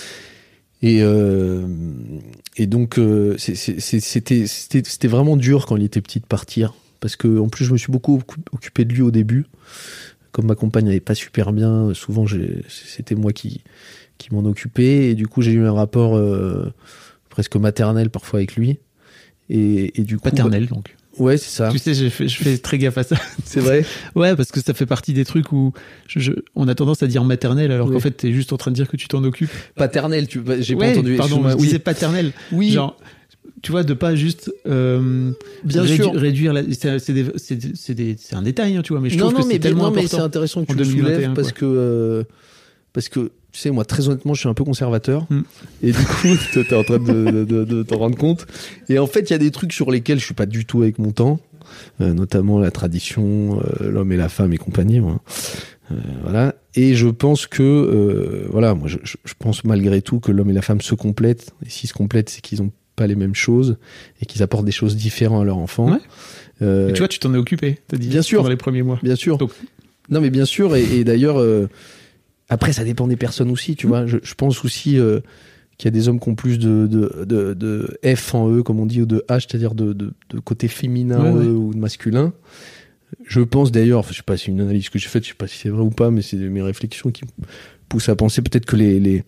Et, euh, et donc, euh, c'est, c'est, c'était, c'était, c'était vraiment dur quand il était petit de partir, parce que en plus, je me suis beaucoup occupé de lui au début. Comme ma compagne n'allait pas super bien, souvent, j'ai, c'était moi qui... qui m'en occupait, et du coup j'ai eu un rapport euh, presque maternel parfois avec lui, et, et du coup paternel bah, donc ouais c'est ça, tu sais je fais, je fais très gaffe à ça. C'est vrai. Ouais, parce que ça fait partie des trucs où je, je, on a tendance à dire maternel alors oui. qu'en fait t'es juste en train de dire que tu t'en occupes. Paternel, tu j'ai ouais, pas entendu, pardon, je oui. disais paternel, oui, genre tu vois, de pas juste euh, bien rédu- sûr réduire la, c'est, c'est, des, c'est, c'est, des, c'est un détail hein, tu vois, mais je non, trouve non, que mais c'est bien, tellement non, important. Mais c'est intéressant que tu le soulèves parce quoi. que euh, parce que tu sais, moi, très honnêtement, je suis un peu conservateur. Mm. Et du coup, t'es en train de, de, de, de t'en rendre compte. Et en fait, il y a des trucs sur lesquels je suis pas du tout avec mon temps, euh, notamment la tradition, euh, l'homme et la femme et compagnie. Voilà. Euh, voilà. Et je pense que, euh, voilà, moi, je, je pense malgré tout que l'homme et la femme se complètent. Et s'ils se complètent, c'est qu'ils ont pas les mêmes choses et qu'ils apportent des choses différentes à leur enfant. Ouais. Euh, et tu vois, tu t'en es occupé, t'as dit. Bien sûr. Pendant les premiers mois. Bien sûr. Donc... Non, mais bien sûr. Et, et d'ailleurs, euh, après, ça dépend des personnes aussi, tu mmh. vois. Je, je pense aussi euh, qu'il y a des hommes qui ont plus de, de, de, de F en eux, comme on dit, ou de H, c'est-à-dire de, de, de côté féminin ouais, en eux, ouais. ou de masculin. Je pense d'ailleurs, je sais pas si c'est une analyse que j'ai faite, je sais pas si c'est vrai ou pas, mais c'est mes réflexions qui me poussent à penser peut-être que les, les,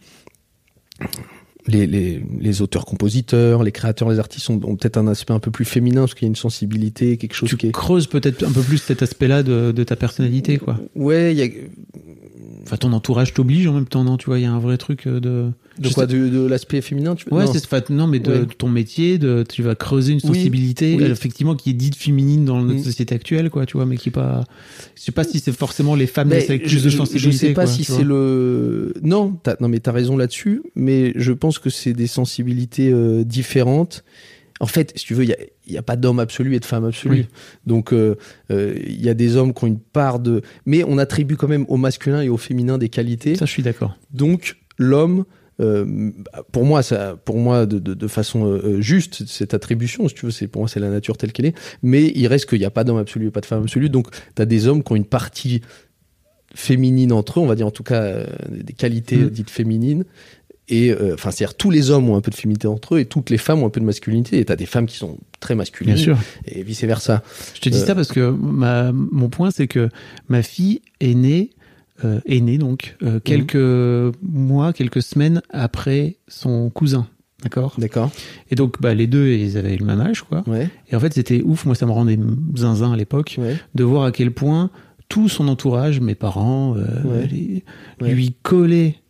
les, les, les auteurs-compositeurs, les créateurs, les artistes ont, ont peut-être un aspect un peu plus féminin, parce qu'il y a une sensibilité, quelque chose tu qui est... creuses peut-être un peu plus cet aspect-là de, de ta personnalité, quoi. Ouais, il y a... Enfin, ton entourage t'oblige en même temps, non? Tu vois, il y a un vrai truc de... De quoi, de, de l'aspect féminin, tu veux? Ouais, non. c'est fait, non, mais de, ouais. de ton métier, de, tu vas creuser une sensibilité, oui, oui. effectivement, qui est dite féminine dans notre oui. société actuelle, quoi, tu vois, mais qui est pas, je sais pas si c'est forcément les femmes mais avec plus je, de sensibilité. Je sais pas quoi, si c'est le, non, t'as, non, mais t'as raison là-dessus, mais je pense que c'est des sensibilités euh, différentes. En fait, si tu veux, il y a, il y a pas d'homme absolu et de femme absolue. Oui. Donc, il euh, euh, y a des hommes qui ont une part de, mais on attribue quand même au masculin et au féminin des qualités. Ça, je suis d'accord. Donc, l'homme, Euh, pour moi, ça, pour moi, de, de, de façon euh, juste, cette attribution, si tu veux, c'est pour moi, c'est la nature telle qu'elle est. Mais il reste qu'il n'y a pas d'homme absolu et pas de femme absolue. Donc, t'as des hommes qui ont une partie féminine entre eux, on va dire en tout cas euh, des qualités mmh. dites féminines. Et enfin, euh, c'est-à-dire tous les hommes ont un peu de féminité entre eux et toutes les femmes ont un peu de masculinité. Et t'as des femmes qui sont très masculines. Bien sûr. Et vice versa. Je te dis euh, ça parce que ma, mon point, c'est que ma fille est née. Euh, est né donc euh, quelques mmh. mois, quelques semaines après son cousin, d'accord. D'accord. Et donc bah les deux ils avaient le même âge quoi. Ouais. Et en fait c'était ouf, moi ça me rendait zinzin à l'époque ouais. de voir à quel point tout son entourage, mes parents, euh, ouais. les, ouais. lui collaient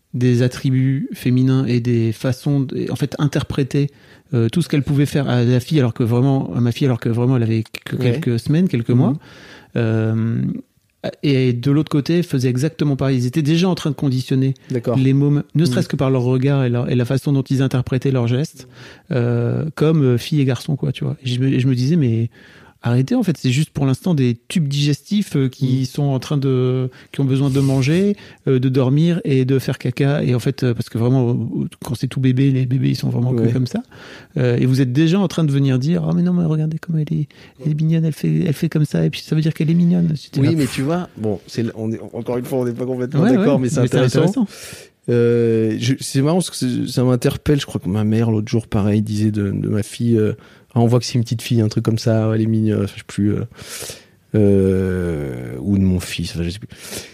des attributs féminins et des façons, de, en fait, interpréter euh, tout ce qu'elle pouvait faire à la fille, alors que vraiment, à ma fille, alors que vraiment elle avait que quelques ouais. semaines, quelques mmh. mois. Euh, et de l'autre côté, faisaient exactement pareil. Ils étaient déjà en train de conditionner D'accord. les mômes, ne serait-ce mmh. que par leur regard et, leur, et la façon dont ils interprétaient leurs gestes, euh, comme euh, filles et garçons, quoi, tu vois. Et je me, et je me disais, mais arrêtez, en fait, c'est juste pour l'instant des tubes digestifs euh, qui mmh. sont en train de, qui ont besoin de manger, euh, de dormir et de faire caca. Et en fait, euh, parce que vraiment, euh, quand c'est tout bébé, les bébés, ils sont vraiment ouais. que comme ça. Euh, et vous êtes déjà en train de venir dire, oh mais non, mais regardez comment elle est, elle est mignonne, elle fait, elle fait comme ça, et puis ça veut dire qu'elle est mignonne. J'étais oui, là, mais pff. tu vois, bon, c'est, on est, encore une fois, on n'est pas complètement ouais, d'accord, ouais, mais c'est mais intéressant. C'est intéressant. Euh, je, c'est marrant parce que ça m'interpelle. Je crois que ma mère l'autre jour, pareil, disait de, de ma fille. Euh, ah, on voit que c'est une petite fille, un truc comme ça. Elle est mignonne. Je sais plus. Euh, euh, ou de mon fils. Enfin, je sais plus.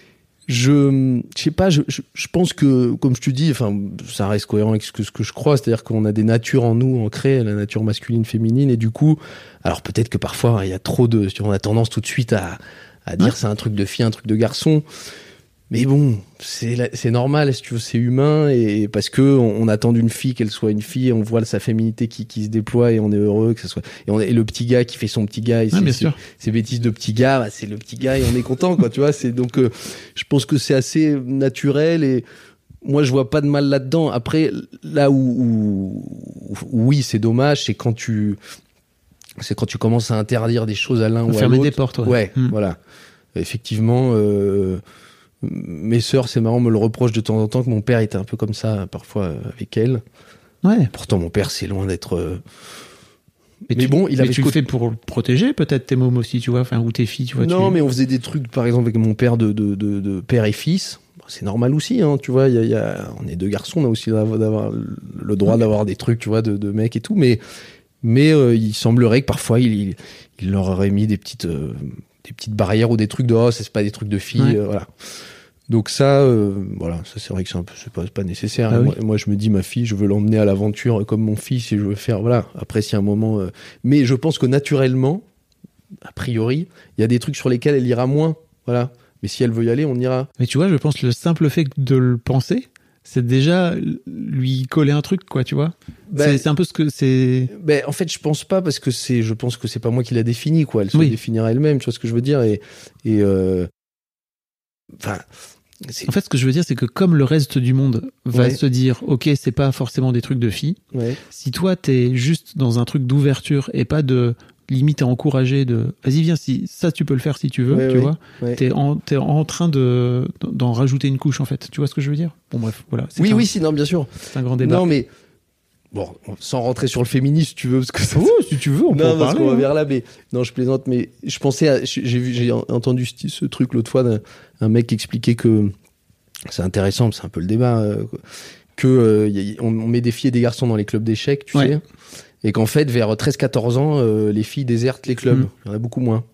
Je, je sais pas. Je, je, je pense que, comme je te dis, enfin, ça reste cohérent avec ce que, ce que je crois. C'est-à-dire qu'on a des natures en nous ancrées, la nature masculine, féminine, et du coup, alors peut-être que parfois il y a trop de. On a tendance tout de suite à, à dire ouais. c'est un truc de fille, un truc de garçon. Mais bon, c'est, c'est normal, si tu veux, c'est humain, et parce que on, on attend d'une fille qu'elle soit une fille, on voit sa féminité qui, qui se déploie et on est heureux que ça soit. Et, on est, et le petit gars qui fait son petit gars, et ouais, c'est, bien c'est, sûr. ces bêtises de petit gars, bah, c'est le petit gars et on est content, quoi, tu vois. C'est donc, euh, je pense que c'est assez naturel et moi je vois pas de mal là-dedans. Après, là où, où, où oui, c'est dommage, c'est quand tu, c'est quand tu commences à interdire des choses à l'un ou à l'autre. Fermer des portes, ouais. Ouais, mmh. voilà. Effectivement. Euh, Mes sœurs, c'est marrant, me le reprochent de temps en temps que mon père était un peu comme ça, parfois, avec elles. Ouais. Pourtant, mon père, c'est loin d'être... Euh... Mais, mais tu, bon, il mais avait... tu le fais pour protéger, peut-être, tes mômes aussi, tu vois, enfin, ou tes filles, tu vois. Non, tu... mais on faisait des trucs, par exemple, avec mon père de, de, de, de père et fils. C'est normal aussi, hein, tu vois, y a, y a... on est deux garçons, on a aussi d'avoir le droit d'avoir des trucs, tu vois, de, de mecs et tout, mais, mais euh, il semblerait que parfois, il, il, il leur aurait mis des petites, euh, des petites barrières ou des trucs de « oh, c'est pas des trucs de filles ouais. », euh, voilà. Donc ça, euh, voilà, ça c'est vrai que c'est un peu, c'est pas, c'est pas nécessaire. Ah oui. moi, moi, je me dis, ma fille, je veux l'emmener à l'aventure comme mon fils et je veux faire, voilà. Après, s'il y a un moment, euh... mais je pense que naturellement, a priori, il y a des trucs sur lesquels elle ira moins, voilà. Mais si elle veut y aller, on ira. Mais tu vois, je pense que le simple fait de le penser, c'est déjà lui coller un truc, quoi, tu vois. Ben, c'est, c'est un peu ce que c'est. Ben, en fait, je pense pas parce que c'est, je pense que c'est pas moi qui l'a défini, quoi. Elle se oui. définira elle-même, tu vois ce que je veux dire, et, et, euh... enfin. C'est... En fait, ce que je veux dire, c'est que comme le reste du monde va ouais. se dire, ok, c'est pas forcément des trucs de filles, ouais. si toi, t'es juste dans un truc d'ouverture et pas de limite à encourager de, vas-y, viens, si ça, tu peux le faire si tu veux, ouais, tu ouais. vois, ouais. t'es en, t'es en train de, d'en rajouter une couche, en fait. Tu vois ce que je veux dire? Bon, bref, voilà. Oui, un, oui, si, non, bien sûr. C'est un grand débat. Non, mais, bon, sans rentrer sur le féminisme, si tu veux, parce que ça... oh, si tu veux, on non, peut en parce parler. qu'on va hein. vers là, mais non, je plaisante, mais je pensais à, j'ai vu, j'ai entendu ce, ce truc l'autre fois d'un un mec qui expliquait que c'est intéressant, c'est un peu le débat, euh, que euh, y a, on, on met des filles et des garçons dans les clubs d'échecs, tu ouais. sais, et qu'en fait, vers treize quatorze ans, euh, les filles désertent les clubs. Mmh. Il y en a beaucoup moins.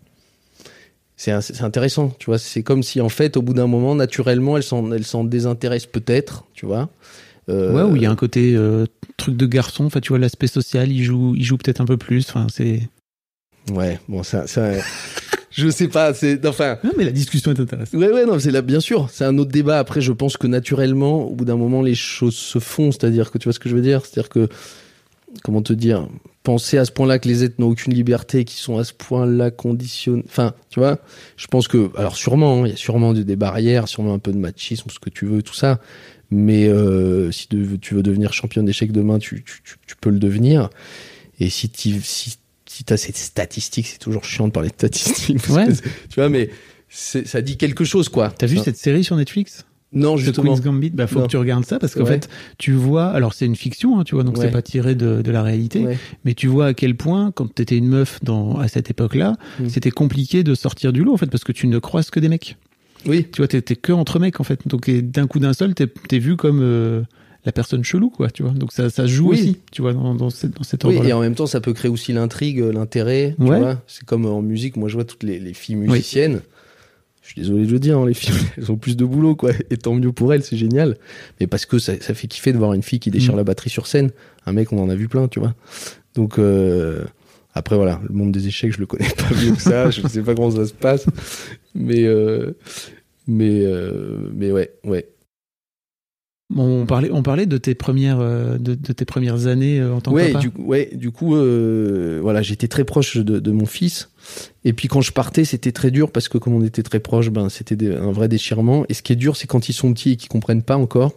C'est, c'est intéressant, tu vois. C'est comme si, en fait, au bout d'un moment, naturellement, elles s'en, elles s'en désintéressent peut-être, tu vois. Euh... Ouais, où il y a un côté euh, truc de garçon, enfin, tu vois, l'aspect social, il joue, il joue peut-être un peu plus, enfin, c'est... Ouais, bon, ça... ça... Je sais pas, c'est enfin. Non, mais la discussion est intéressante. Ouais, ouais, non, c'est là, bien sûr, c'est un autre débat. Après, je pense que naturellement, au bout d'un moment, les choses se font. C'est-à-dire que tu vois ce que je veux dire. C'est-à-dire que, comment te dire, penser à ce point-là que les êtres n'ont aucune liberté, qui sont à ce point-là conditionnés. Enfin, tu vois. Je pense que, alors sûrement, il hein, y a sûrement des barrières, sûrement un peu de machisme, ce que tu veux, tout ça. Mais euh, si de, tu veux devenir championne d'échecs demain, tu, tu, tu, tu peux le devenir. Et si tu si si t'as ces statistiques, c'est toujours chiant de parler de statistiques. Ouais. Tu vois, mais c'est, ça dit quelque chose, quoi. T'as vu ça. Cette série sur Netflix? Non, justement. The Queen's Gambit, bah, faut non. que tu regardes ça parce qu'en ouais. fait, tu vois, alors c'est une fiction, hein, tu vois, donc ouais. c'est pas tiré de, de la réalité, ouais. mais tu vois à quel point, quand t'étais une meuf dans, à cette époque-là, mmh. c'était compliqué de sortir du lot, en fait, parce que tu ne croises que des mecs. Oui. Tu vois, t'es, t'es que entre mecs, en fait. Donc, et d'un coup d'un seul, t'es, t'es vu comme, euh, la personne chelou, quoi, tu vois. Donc ça, ça joue oui. aussi, tu vois, dans, dans, cette, dans cet ordre-là. Oui, et en même temps, ça peut créer aussi l'intrigue, l'intérêt, tu ouais. vois. C'est comme en musique, moi je vois toutes les, les filles musiciennes. Oui. Je suis désolé de le dire, hein, les filles, elles ont plus de boulot, quoi. Et tant mieux pour elles, c'est génial. Mais parce que ça, ça fait kiffer de voir une fille qui déchire mmh. la batterie sur scène. Un mec, on en a vu plein, tu vois. Donc, euh, après, voilà, le monde des échecs, je le connais pas mieux que ça. Je sais pas comment ça se passe. Mais, euh, mais, euh, mais ouais, ouais. Bon, on parlait, on parlait de tes premières, euh, de, de tes premières années euh, en tant ouais, que papa. Du coup, ouais, du coup, euh, voilà, j'étais très proche de, de mon fils. Et puis quand je partais, c'était très dur parce que comme on était très proches, ben c'était des, un vrai déchirement. Et ce qui est dur, c'est quand ils sont petits et qu'ils comprennent pas encore,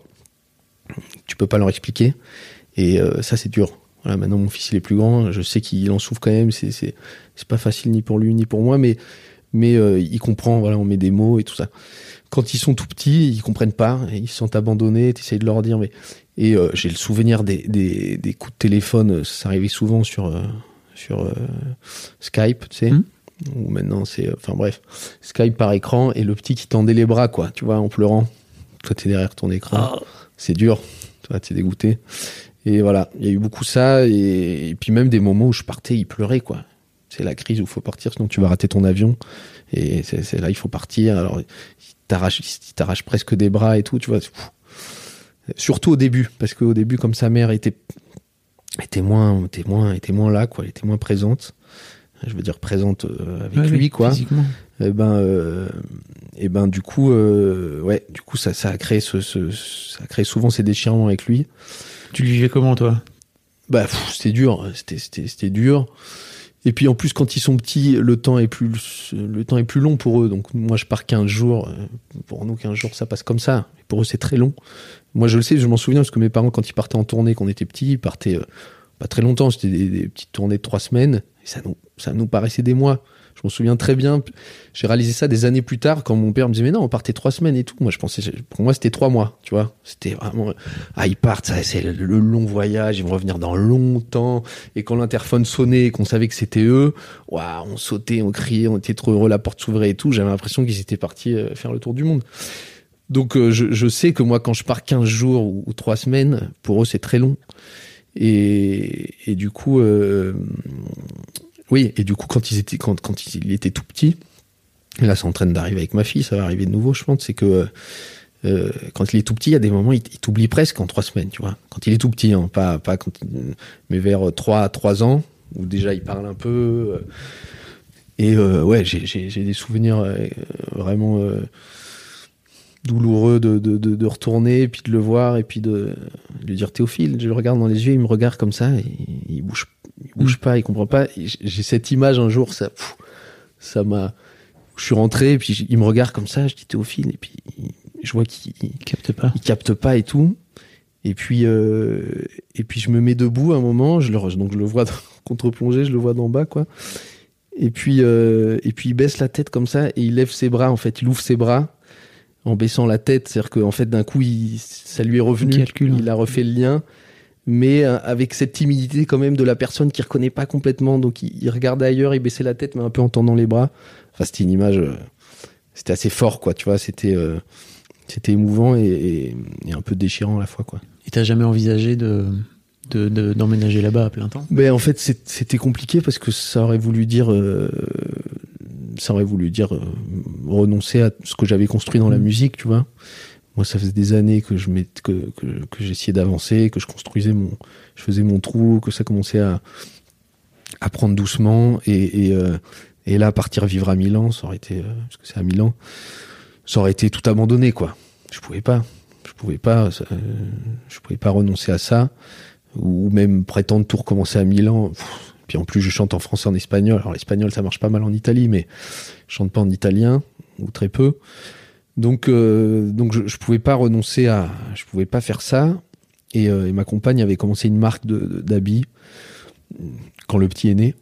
tu peux pas leur expliquer. Et euh, ça, c'est dur. Voilà, maintenant mon fils il est plus grand, je sais qu'il en souffre quand même. C'est, c'est, c'est pas facile ni pour lui ni pour moi, mais mais euh, il comprend. Voilà, on met des mots et tout ça. Quand ils sont tout petits, ils comprennent pas, et ils se sentent abandonnés, t'essayes de leur dire, mais... Et euh, j'ai le souvenir des, des, des coups de téléphone, ça arrivait souvent sur, euh, sur euh, Skype, tu sais, mmh. ou maintenant c'est... Enfin bref, Skype par écran, et le petit qui tendait les bras, quoi, tu vois, en pleurant. Toi, t'es derrière ton écran, oh. C'est dur, toi, t'es dégoûté. Et voilà, il y a eu beaucoup ça, et, et puis même des moments où je partais, il pleurait, quoi. C'est la crise où il faut partir, sinon tu vas rater ton avion, et c'est, c'est là, il faut partir, alors... T'arrache, il t'arrache presque des bras et tout, tu vois. Surtout au début, parce qu'au début, comme sa mère était, était, moins, était, moins, était moins là, quoi, elle était moins présente. Je veux dire présente avec ouais, lui, quoi. Physiquement. Et ben, euh, et ben, du coup, euh, ouais, du coup, ça, ça a créé ce, ce, ça a créé souvent ces déchirements avec lui. Tu le vivais comment, toi? Bah, pff, c'était dur, c'était, c'était, c'était dur. Et puis en plus quand ils sont petits, le temps est plus le temps est plus long pour eux. Donc moi je pars quinze jours, pour nous quinze jours ça passe comme ça. Et pour eux c'est très long. Moi je le sais, je m'en souviens parce que mes parents quand ils partaient en tournée quand on était petits, ils partaient euh, pas très longtemps, c'était des, des petites tournées de trois semaines et ça nous ça nous paraissait des mois. Je m'en souviens très bien. J'ai réalisé ça des années plus tard quand mon père me disait mais non on partait trois semaines et tout. Moi je pensais pour moi c'était trois mois, tu vois. C'était vraiment ah ils partent ça c'est le, le long voyage, ils vont revenir dans longtemps. Et quand l'interphone sonnait et qu'on savait que c'était eux, waouh on sautait, on criait, on était trop heureux, la porte s'ouvrait et tout. J'avais l'impression qu'ils étaient partis faire le tour du monde. Donc euh, je, je sais que moi quand je pars quinze jours ou, ou trois semaines, pour eux c'est très long. Et, et du coup. Euh, Oui, et du coup, quand ils étaient, quand, quand il était tout petit, et là, c'est en train d'arriver avec ma fille, ça va arriver de nouveau, je pense, c'est que euh, quand il est tout petit, il y a des moments, il, il t'oublie presque en trois semaines, tu vois. Quand il est tout petit, hein, pas, pas quand, mais vers trois, trois ans, où déjà il parle un peu. Euh, et euh, ouais, j'ai, j'ai, j'ai des souvenirs euh, vraiment euh, douloureux de, de, de, de retourner, et puis de le voir, et puis de, de lui dire Théophile, je le regarde dans les yeux, il me regarde comme ça, et il bouge il bouge pas, il comprend pas. Et j'ai cette image un jour, ça, pff, ça m'a. Je suis rentré, et puis il me regarde comme ça, je dis Théophile, et puis je vois qu'il il capte pas, il capte pas et tout. Et puis euh, et puis je me mets debout à un moment, je le donc je le vois contre-plongé, je le vois d'en bas quoi. Et puis euh, et puis il baisse la tête comme ça et il lève ses bras en fait, il ouvre ses bras en baissant la tête, c'est-à-dire qu'en fait d'un coup il, ça lui est revenu, il, calcule, il a refait le lien. Mais avec cette timidité quand même de la personne qui reconnaît pas complètement, donc il, il regardait ailleurs, il baissait la tête mais un peu en tendant les bras. Enfin c'était une image, euh, c'était assez fort quoi, tu vois, c'était euh, c'était émouvant et, et, et un peu déchirant à la fois quoi. Et t'as jamais envisagé de, de, de d'emménager là-bas à plein temps? Ben en fait c'est, c'était compliqué parce que ça aurait voulu dire euh, ça aurait voulu dire euh, renoncer à ce que j'avais construit dans mmh. la musique, tu vois. Moi, ça faisait des années que je que, que, que j'essayais d'avancer, que je construisais mon, je faisais mon trou, que ça commençait à, à prendre doucement. Et, et, euh, et là, partir vivre à Milan, ça aurait été, euh, parce que c'est à Milan, ça aurait été tout abandonné, quoi. Je pouvais pas. Je pouvais pas, ça, euh, je pouvais pas renoncer à ça. Ou même prétendre tout recommencer à Milan. Pff, puis en plus, je chante en français, en espagnol. Alors, l'espagnol, ça marche pas mal en Italie, mais je chante pas en italien, ou très peu. Donc, euh, donc je, je pouvais pas renoncer à, je pouvais pas faire ça. Et, euh, et ma compagne avait commencé une marque de, de, d'habits quand le petit est né,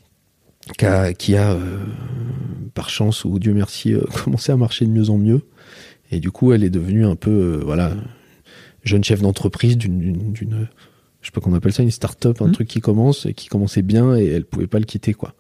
qui a, qui a euh, par chance ou Dieu merci, euh, commencé à marcher de mieux en mieux. Et du coup, elle est devenue un peu, euh, voilà, jeune chef d'entreprise d'une, d'une, d'une, je sais pas comment on appelle ça, une start-up, un mmh. truc qui commence et qui commençait bien et elle pouvait pas le quitter, quoi.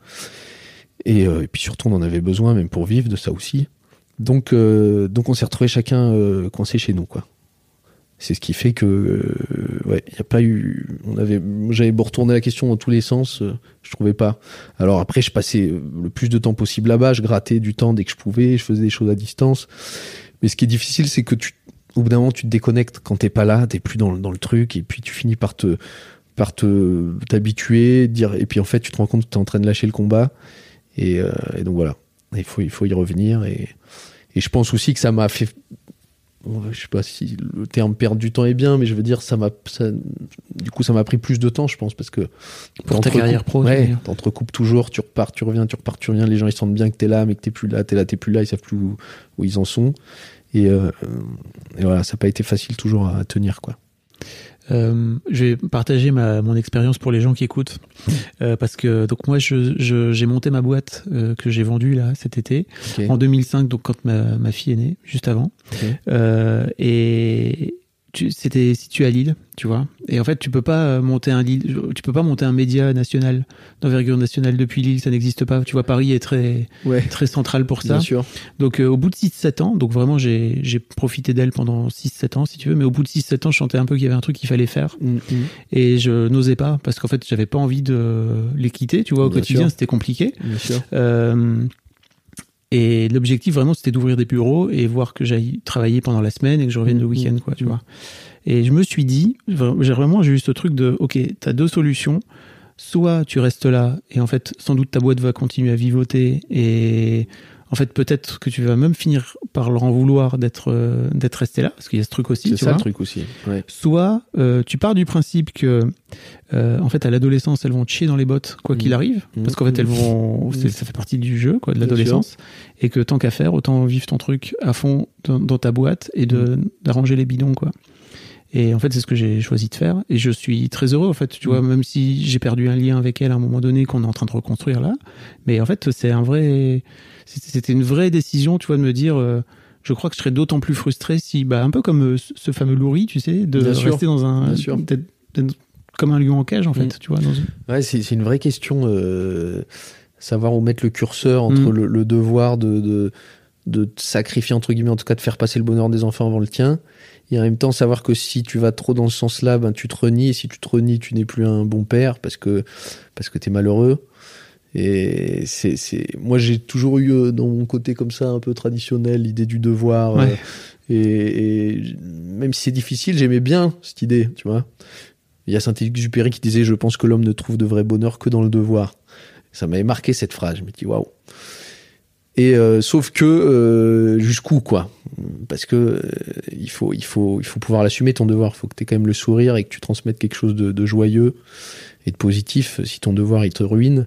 Et, euh, et puis surtout, on en avait besoin, même pour vivre, de ça aussi. Donc, euh, donc on s'est retrouvés chacun euh, coincés chez nous, quoi. C'est ce qui fait que, euh, ouais, il y a pas eu, on avait, j'avais beau retourner la question dans tous les sens, euh, je trouvais pas. Alors après, je passais le plus de temps possible là-bas, je grattais du temps dès que je pouvais, je faisais des choses à distance. Mais ce qui est difficile, c'est que tu, au bout d'un moment, tu te déconnectes quand t'es pas là, t'es plus dans, dans le truc, et puis tu finis par te, par te, t'habituer, dire, et puis en fait, tu te rends compte que t'es en train de lâcher le combat, et, euh, et donc voilà. Il faut, il faut y revenir, et, et je pense aussi que ça m'a fait je sais pas si le terme perdre du temps est bien, mais je veux dire, ça m'a, ça, du coup, ça m'a pris plus de temps, je pense, parce que pour ta carrière pro, ouais, t'entrecoupes toujours, tu repars, tu reviens, tu repars, tu reviens. Les gens ils sentent bien que t'es là, mais que t'es plus là, t'es là, t'es plus là, ils savent plus où, où ils en sont. Et, euh, et voilà, ça n'a pas été facile toujours à tenir, quoi. Euh, je vais partager ma, mon expérience pour les gens qui écoutent, euh, parce que donc moi je, je, j'ai monté ma boîte euh, que j'ai vendue là cet été, okay. en deux mille cinq, donc quand ma, ma fille est née, juste avant, okay. euh, et tu, c'était situé à Lille, tu vois. Et en fait, tu peux pas monter un Lille, tu peux pas monter un média national d'envergure nationale depuis Lille, ça n'existe pas. Tu vois, Paris est très ouais. très central pour ça. Bien sûr. Donc euh, au bout de six sept ans, donc vraiment j'ai j'ai profité d'elle pendant six sept ans si tu veux, mais au bout de six sept ans, je sentais un peu qu'il y avait un truc qu'il fallait faire. Mmh. Et je n'osais pas parce qu'en fait, j'avais pas envie de les quitter, tu vois, au Bien quotidien, sûr. C'était compliqué. Bien sûr. Euh, Et l'objectif vraiment c'était d'ouvrir des bureaux et voir que j'aille travailler pendant la semaine et que je revienne le week-end, quoi, tu vois. Et je me suis dit, j'ai vraiment j'ai eu ce truc de, ok, t'as deux solutions. Soit tu restes là et en fait sans doute ta boîte va continuer à vivoter et en fait peut-être que tu vas même finir par leur en vouloir d'être euh, d'être resté là parce qu'il y a ce truc aussi. C'est tu ça vois. Le truc aussi. Ouais. Soit euh, tu pars du principe que euh, en fait à l'adolescence elles vont te chier dans les bottes quoi mmh. qu'il arrive mmh. parce qu'en fait elles vont c'est, ça fait partie du jeu quoi de l'adolescence et que tant qu'à faire autant vivre ton truc à fond dans, dans ta boîte et de mmh. d'arranger les bidons quoi. Et en fait, c'est ce que j'ai choisi de faire. Et je suis très heureux, en fait. Tu mmh. vois, même si j'ai perdu un lien avec elle à un moment donné qu'on est en train de reconstruire là. Mais en fait, c'est un vrai, c'était une vraie décision, tu vois, de me dire, euh, je crois que je serais d'autant plus frustré si, bah, un peu comme euh, ce fameux Loury, tu sais, de Bien rester sûr. dans un, Bien sûr. d'être, d'être comme un lion en cage, en fait, mmh. tu vois. Dans une... Ouais, c'est, c'est une vraie question, euh, savoir où mettre le curseur entre mmh. le, le devoir de, de, de te sacrifier, entre guillemets, en tout cas, de faire passer le bonheur des enfants avant le tien. Et en même temps, savoir que si tu vas trop dans ce sens-là, ben, tu te renies. Et si tu te renies, tu n'es plus un bon père parce que, parce que t'es malheureux. Et c'est, c'est, moi, j'ai toujours eu dans mon côté comme ça, un peu traditionnel, l'idée du devoir. Ouais. Euh, et, et même si c'est difficile, j'aimais bien cette idée, tu vois. Il y a Saint-Exupéry qui disait « Je pense que l'homme ne trouve de vrai bonheur que dans le devoir ». Ça m'avait marqué cette phrase. Je me dis « Waouh ». Et euh, sauf que euh, jusqu'où quoi, parce que euh, il faut il faut il faut pouvoir l'assumer ton devoir. Il faut que t'aies quand même le sourire et que tu transmettes quelque chose de, de joyeux et de positif. Si ton devoir il te ruine,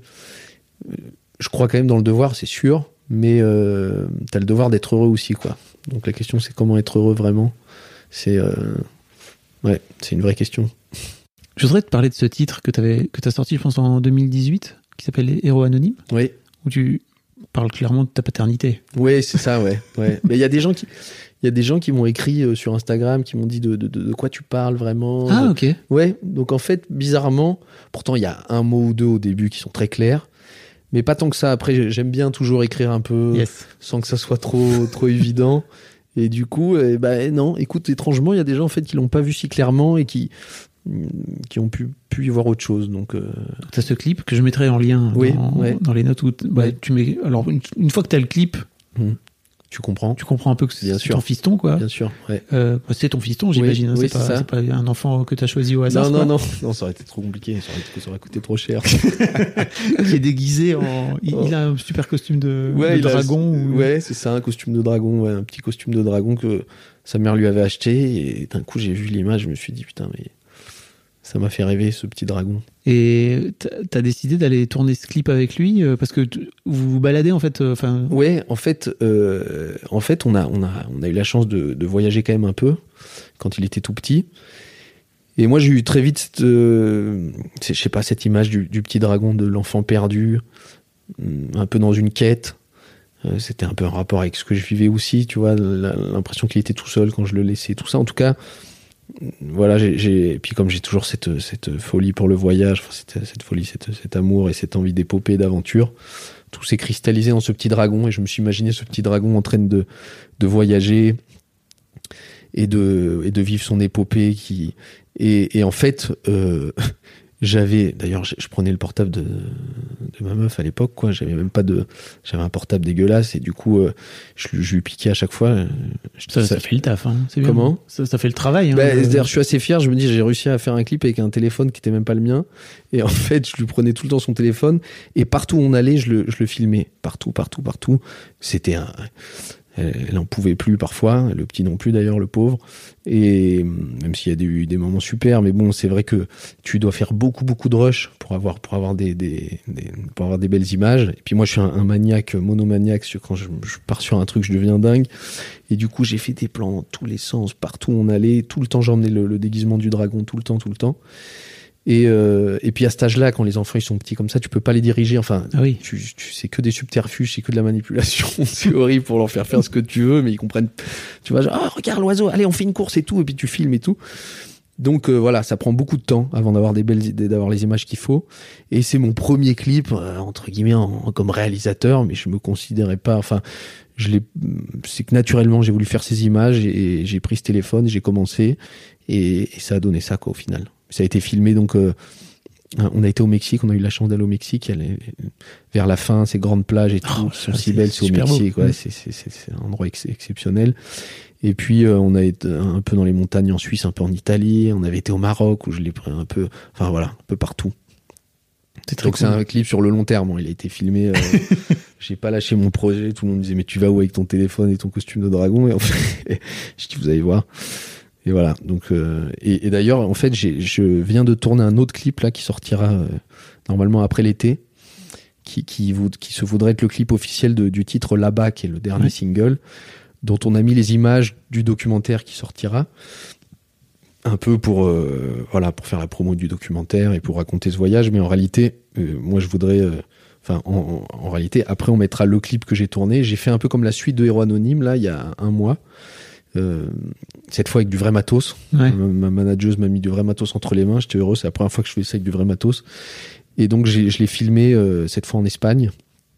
je crois quand même dans le devoir, c'est sûr, mais euh, t'as le devoir d'être heureux aussi quoi. Donc la question c'est comment être heureux vraiment. C'est euh, ouais, c'est une vraie question. Je voudrais te parler de ce titre que t'avais que t'as sorti, je pense en deux mille dix-huit, qui s'appelle Les Héros Anonymes. Oui. Où tu parle clairement de ta paternité. Oui, c'est ça, ouais. ouais. Mais il y a des gens qui, il y a des gens qui m'ont écrit euh, sur Instagram, qui m'ont dit de, de, de, de quoi tu parles vraiment. Ah, ok. Ouais. Donc en fait, bizarrement, pourtant il y a un mot ou deux au début qui sont très clairs, mais pas tant que ça. Après, j'aime bien toujours écrire un peu, yes. sans que ça soit trop, trop évident. Et du coup, eh ben non. Écoute, étrangement, il y a des gens en fait qui l'ont pas vu si clairement et qui qui ont pu, pu y voir autre chose. Donc, euh... donc t'as ce clip que je mettrai en lien oui, dans, ouais. dans les notes où bah, ouais. tu mets. Alors une, une fois que t'as le clip, mmh. tu comprends. Tu comprends un peu que c'est, Bien c'est sûr. ton fiston, quoi. Bien sûr. Ouais. Euh, c'est ton fiston, j'imagine. Oui, hein, oui, c'est, c'est, pas, ça. c'est pas un enfant que t'as choisi au hasard. Non, non, quoi. non, non, ça aurait été trop compliqué. Ça aurait, ça aurait coûté trop cher. Qui est déguisé en. Il, oh. il a un super costume de, ouais, de dragon. A... Ou... Ouais, c'est ça, un costume de dragon, ouais, un petit costume de dragon que sa mère lui avait acheté. Et d'un coup, j'ai vu l'image, je me suis dit putain, mais. Ça m'a fait rêver, ce petit dragon. Et t'as décidé d'aller tourner ce clip avec lui parce que vous vous baladez en fait. Enfin. Ouais, en fait, euh, en fait, on a, on a, on a eu la chance de, de voyager quand même un peu quand il était tout petit. Et moi, j'ai eu très vite, cette, euh, je sais pas, cette image du, du petit dragon, de l'enfant perdu, un peu dans une quête. Euh, c'était un peu un rapport avec ce que je vivais aussi, tu vois, la, l'impression qu'il était tout seul quand je le laissais, tout ça. En tout cas. Voilà, j'ai, j'ai, et puis comme j'ai toujours cette, cette folie pour le voyage, enfin, cette, cette folie, cette, cet amour et cette envie d'épopée, d'aventure, tout s'est cristallisé dans ce petit dragon et je me suis imaginé ce petit dragon en train de, de voyager et de, et de vivre son épopée qui, et, et en fait, euh, j'avais, d'ailleurs, je, je prenais le portable de, de ma meuf à l'époque, quoi. J'avais même pas de, j'avais un portable dégueulasse et du coup, euh, je, je lui piquais à chaque fois. Je, ça, ça, ça fait le taf, hein. C'est bien. Comment? Ça, ça fait le travail, hein. Bah, de... d'ailleurs, je suis assez fier. Je me dis, j'ai réussi à faire un clip avec un téléphone qui était même pas le mien. Et en fait, je lui prenais tout le temps son téléphone et partout où on allait, je le, je le filmais. Partout, partout, partout. C'était un, elle, elle en pouvait plus parfois, le petit non plus d'ailleurs, le pauvre. Et même s'il y a des, des moments super, mais bon, c'est vrai que tu dois faire beaucoup beaucoup de rush pour avoir pour avoir des, des, des pour avoir des belles images. Et puis moi, je suis un, un maniaque, monomaniaque. Quand je, je pars sur un truc, je deviens dingue. Et du coup, j'ai fait des plans dans tous les sens, partout où on allait, tout le temps, j'emmenais le, le déguisement du dragon, tout le temps, tout le temps. Et, euh, et puis à cet âge-là, quand les enfants ils sont petits comme ça, tu peux pas les diriger. Enfin, ah oui. tu, tu c'est que des subterfuges, c'est que de la manipulation. C'est horrible pour leur faire faire ce que tu veux, mais ils comprennent. Tu vois, genre, oh, regarde l'oiseau, allez, on fait une course et tout, et puis tu filmes et tout. Donc euh, voilà, ça prend beaucoup de temps avant d'avoir des belles idées, d'avoir les images qu'il faut. Et c'est mon premier clip euh, entre guillemets en, comme réalisateur, mais je me considérais pas. Enfin, je l'ai. C'est que naturellement j'ai voulu faire ces images et, et j'ai pris ce téléphone, j'ai commencé et, et ça a donné ça quoi au final. Ça a été filmé donc. Euh, on a été au Mexique, on a eu la chance d'aller au Mexique. Elle est, vers la fin, ces grandes plages et tout oh, qui sont ça, si belles, c'est au Mexique. Ouais, c'est, c'est, c'est, c'est un endroit ex- exceptionnel. Et puis euh, on a été un peu dans les montagnes en Suisse, un peu en Italie. On avait été au Maroc où je l'ai pris un peu. Enfin voilà, un peu partout. C'est très Donc cool. C'est un clip sur le long terme. Il a été filmé. Euh, j'ai pas lâché mon projet. Tout le monde me disait mais tu vas où avec ton téléphone et ton costume de dragon? Et en fait, je dis vous allez voir. Et voilà. Donc euh, et, et d'ailleurs en fait j'ai, je viens de tourner un autre clip là qui sortira euh, normalement après l'été, qui qui, vous, qui se voudrait être le clip officiel de, du titre Là-bas, qui est le dernier ouais. single, dont on a mis les images du documentaire qui sortira. Un peu pour euh, voilà pour faire la promo du documentaire et pour raconter ce voyage, mais en réalité euh, moi je voudrais euh, enfin en, en, en réalité après on mettra le clip que j'ai tourné. J'ai fait un peu comme la suite de Héros Anonyme là il y a un mois, euh, cette fois avec du vrai matos. Ouais. ma, ma manageuse m'a mis du vrai matos entre les mains, j'étais heureux, c'est la première fois que je fais ça avec du vrai matos. Et donc j'ai, je l'ai filmé euh, cette fois en Espagne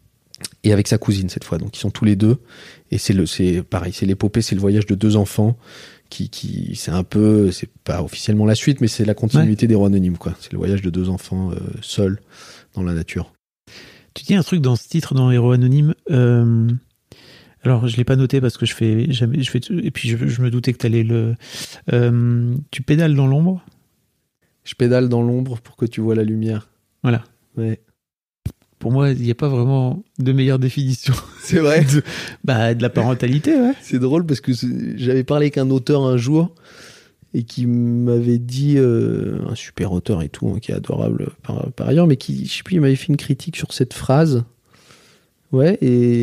et avec sa cousine cette fois, donc ils sont tous les deux et c'est le c'est pareil, c'est l'épopée, c'est le voyage de deux enfants. Qui, qui, c'est un peu, c'est pas officiellement la suite, mais c'est la continuité ouais. des Héros Anonymes, quoi. C'est le voyage de deux enfants euh, seuls dans la nature. Tu dis un truc dans ce titre, dans Héros Anonymes. Euh, alors, je l'ai pas noté parce que je fais jamais, je fais, et puis je, je me doutais que t'allais le. Euh, tu pédales dans l'ombre. Je pédale dans l'ombre pour que tu vois la lumière. Voilà. Ouais. Pour moi, il n'y a pas vraiment de meilleure définition. C'est vrai. de, bah, de la parentalité, ouais. C'est drôle parce que j'avais parlé avec un auteur un jour et qui m'avait dit, euh, un super auteur et tout, hein, qui est adorable par, par ailleurs, mais qui, je sais plus, il m'avait fait une critique sur cette phrase. Ouais,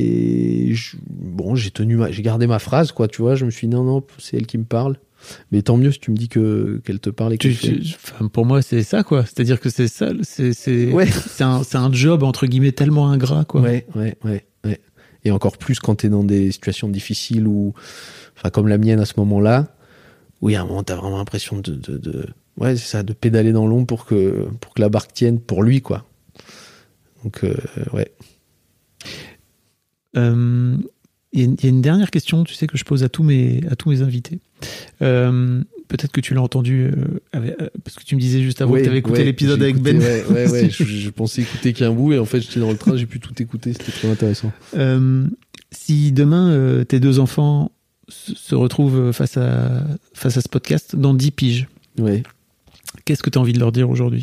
et je, bon, j'ai tenu ma, j'ai gardé ma phrase, quoi, tu vois. Je me suis dit, non, non, c'est elle qui me parle. Mais tant mieux si tu me dis que qu'elle te parle et que tu, tu, enfin, pour moi c'est ça quoi, c'est-à-dire que c'est ça, c'est c'est ouais. c'est un c'est un job entre guillemets tellement ingrat quoi. Ouais ouais ouais ouais. Et encore plus quand t'es dans des situations difficiles ou enfin comme la mienne à ce moment-là, où il y a un moment t'as vraiment l'impression de de, de ouais c'est ça, de pédaler dans l'ombre pour que pour que la barque tienne pour lui quoi. Donc euh, ouais. Euh... Il y a une dernière question, tu sais, que je pose à tous mes, à tous mes invités. Euh, peut-être que tu l'as entendu, euh, avec, euh, parce que tu me disais juste avant ouais, que tu avais écouté ouais, l'épisode avec écouté, Ben. Ouais, ouais, ouais je, je pensais écouter qu'un bout et en fait j'étais dans le train, j'ai pu tout écouter, c'était très intéressant. Euh, si demain euh, tes deux enfants se, se retrouvent face à, face à ce podcast dans dix piges, ouais. Qu'est-ce que tu as envie de leur dire aujourd'hui ?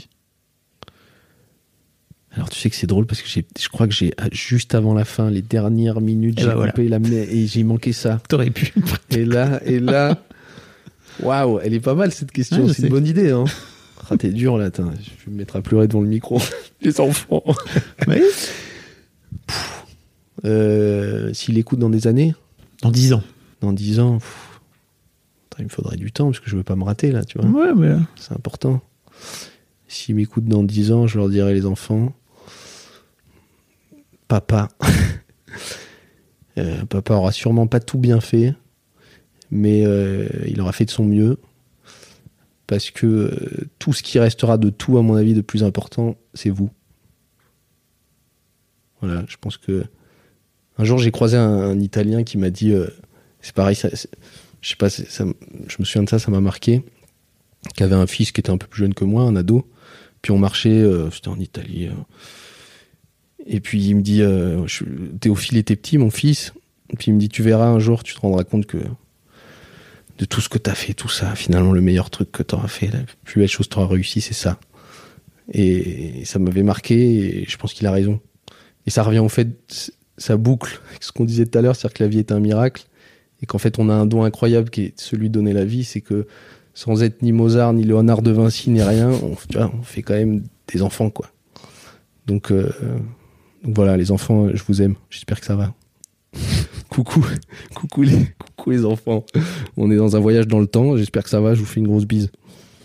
Alors tu sais que c'est drôle parce que j'ai, je crois que j'ai juste avant la fin, les dernières minutes, et j'ai bah coupé voilà. la et j'ai manqué ça. T'aurais pu. Et là, et là, waouh, elle est pas mal cette question. Ouais, c'est sais. Une bonne idée, hein. Ah, t'es dur là, attends, je vais me mettre à pleurer devant le micro. Les enfants. Oui. Euh, s'il écoute dans des années. Dans dix ans. Dans dix ans. Pff, attends, il me faudrait du temps parce que je veux pas me rater là, tu vois. Ouais, mais c'est important. S'ils m'écoutent dans dix ans, je leur dirai les enfants. Papa. euh, papa aura sûrement pas tout bien fait, mais euh, il aura fait de son mieux. Parce que euh, tout ce qui restera de tout, à mon avis, de plus important, c'est vous. Voilà, je pense que... Un jour, j'ai croisé un, un Italien qui m'a dit... Euh, c'est pareil, ça, c'est, je sais pas, c'est, ça, je me souviens de ça, ça m'a marqué. Qui avait un fils qui était un peu plus jeune que moi, un ado. Puis on marchait, euh, c'était en Italie... Euh, Et puis il me dit, euh, je, Théophile était petit, mon fils. Et puis il me dit, tu verras un jour, tu te rendras compte que de tout ce que t'as fait, tout ça, finalement le meilleur truc que t'auras fait, la plus belle chose que t'auras réussi, c'est ça. Et, et ça m'avait marqué et je pense qu'il a raison. Et ça revient au fait ça boucle avec ce qu'on disait tout à l'heure, c'est-à-dire que la vie est un miracle et qu'en fait on a un don incroyable qui est celui de donner la vie. C'est que sans être ni Mozart, ni Léonard de Vinci, ni rien, on, tu vois, on fait quand même des enfants, quoi. Donc, euh, donc voilà, les enfants, je vous aime. J'espère que ça va. coucou, coucou les, coucou les enfants. On est dans un voyage dans le temps. J'espère que ça va. Je vous fais une grosse bise.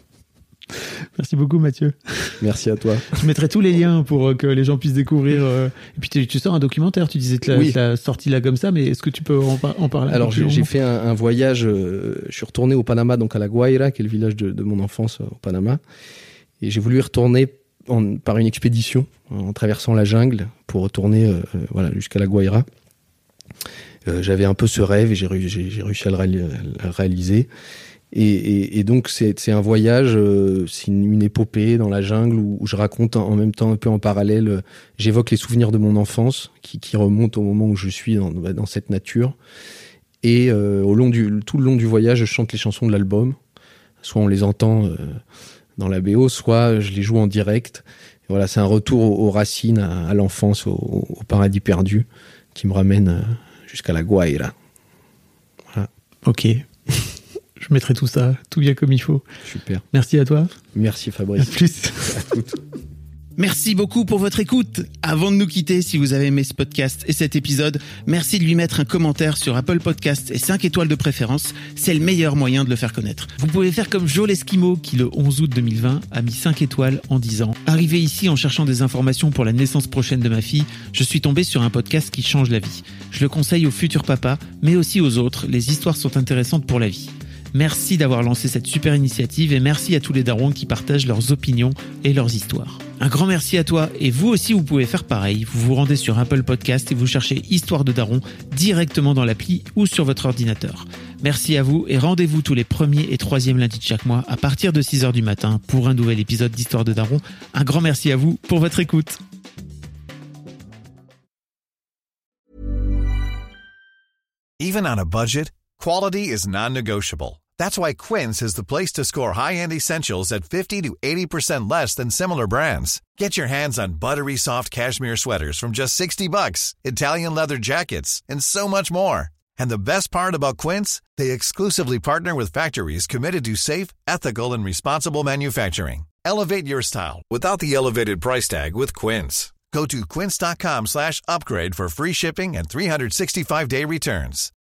Merci beaucoup, Mathieu. Merci à toi. Je mettrai tous les liens pour que les gens puissent découvrir. Euh... Et puis tu, tu sors un documentaire. Tu disais que oui. tu l'as sorti là comme ça, mais est-ce que tu peux en, par- en parler? Alors j'ai, j'ai fait un, un voyage. Euh, je suis retourné au Panama, donc à La Guaira, qui est le village de, de mon enfance euh, au Panama, et j'ai voulu y retourner en, par une expédition en traversant la jungle pour retourner euh, voilà jusqu'à La Guaira. Euh, j'avais un peu ce rêve et j'ai, j'ai, j'ai réussi à le, ré- à le réaliser. Et, et, et donc c'est, c'est un voyage, euh, c'est une, une épopée dans la jungle où, où je raconte en, en même temps un peu en parallèle, euh, j'évoque les souvenirs de mon enfance qui, qui remontent au moment où je suis dans, dans cette nature. Et euh, au long du, tout le long du voyage, je chante les chansons de l'album. Soit on les entend euh, dans la B O, soit je les joue en direct. Et voilà, c'est un retour aux, aux racines, à, à l'enfance, au, au paradis perdu, qui me ramène euh, jusqu'à La Guaira. Voilà. Ok. Je mettrai tout ça, tout bien comme il faut. Super. Merci à toi. Merci Fabrice. À plus. À toutes. Merci beaucoup pour votre écoute. Avant de nous quitter, si vous avez aimé ce podcast et cet épisode, merci de lui mettre un commentaire sur Apple Podcasts et cinq étoiles de préférence. C'est le meilleur moyen de le faire connaître. Vous pouvez faire comme Joe l'Esquimau qui, le onze août deux mille vingt, a mis cinq étoiles en disant « Arrivé ici en cherchant des informations pour la naissance prochaine de ma fille, je suis tombé sur un podcast qui change la vie. Je le conseille aux futurs papas, mais aussi aux autres. Les histoires sont intéressantes pour la vie. » Merci d'avoir lancé cette super initiative et merci à tous les darons qui partagent leurs opinions et leurs histoires. Un grand merci à toi et vous aussi vous pouvez faire pareil. Vous vous rendez sur Apple Podcast et vous cherchez Histoire de Daron directement dans l'appli ou sur votre ordinateur. Merci à vous et rendez-vous tous les premiers et troisièmes lundis de chaque mois à partir de six heures du matin pour un nouvel épisode d'Histoire de Daron. Un grand merci à vous pour votre écoute. Even on a budget, quality is non-negotiable. That's why Quince is the place to score high-end essentials at fifty to eighty percent less than similar brands. Get your hands on buttery soft cashmere sweaters from just sixty bucks, Italian leather jackets, and so much more. And the best part about Quince, they exclusively partner with factories committed to safe, ethical, and responsible manufacturing. Elevate your style without the elevated price tag with Quince. Go to quince.com slash upgrade for free shipping and three sixty-five day returns.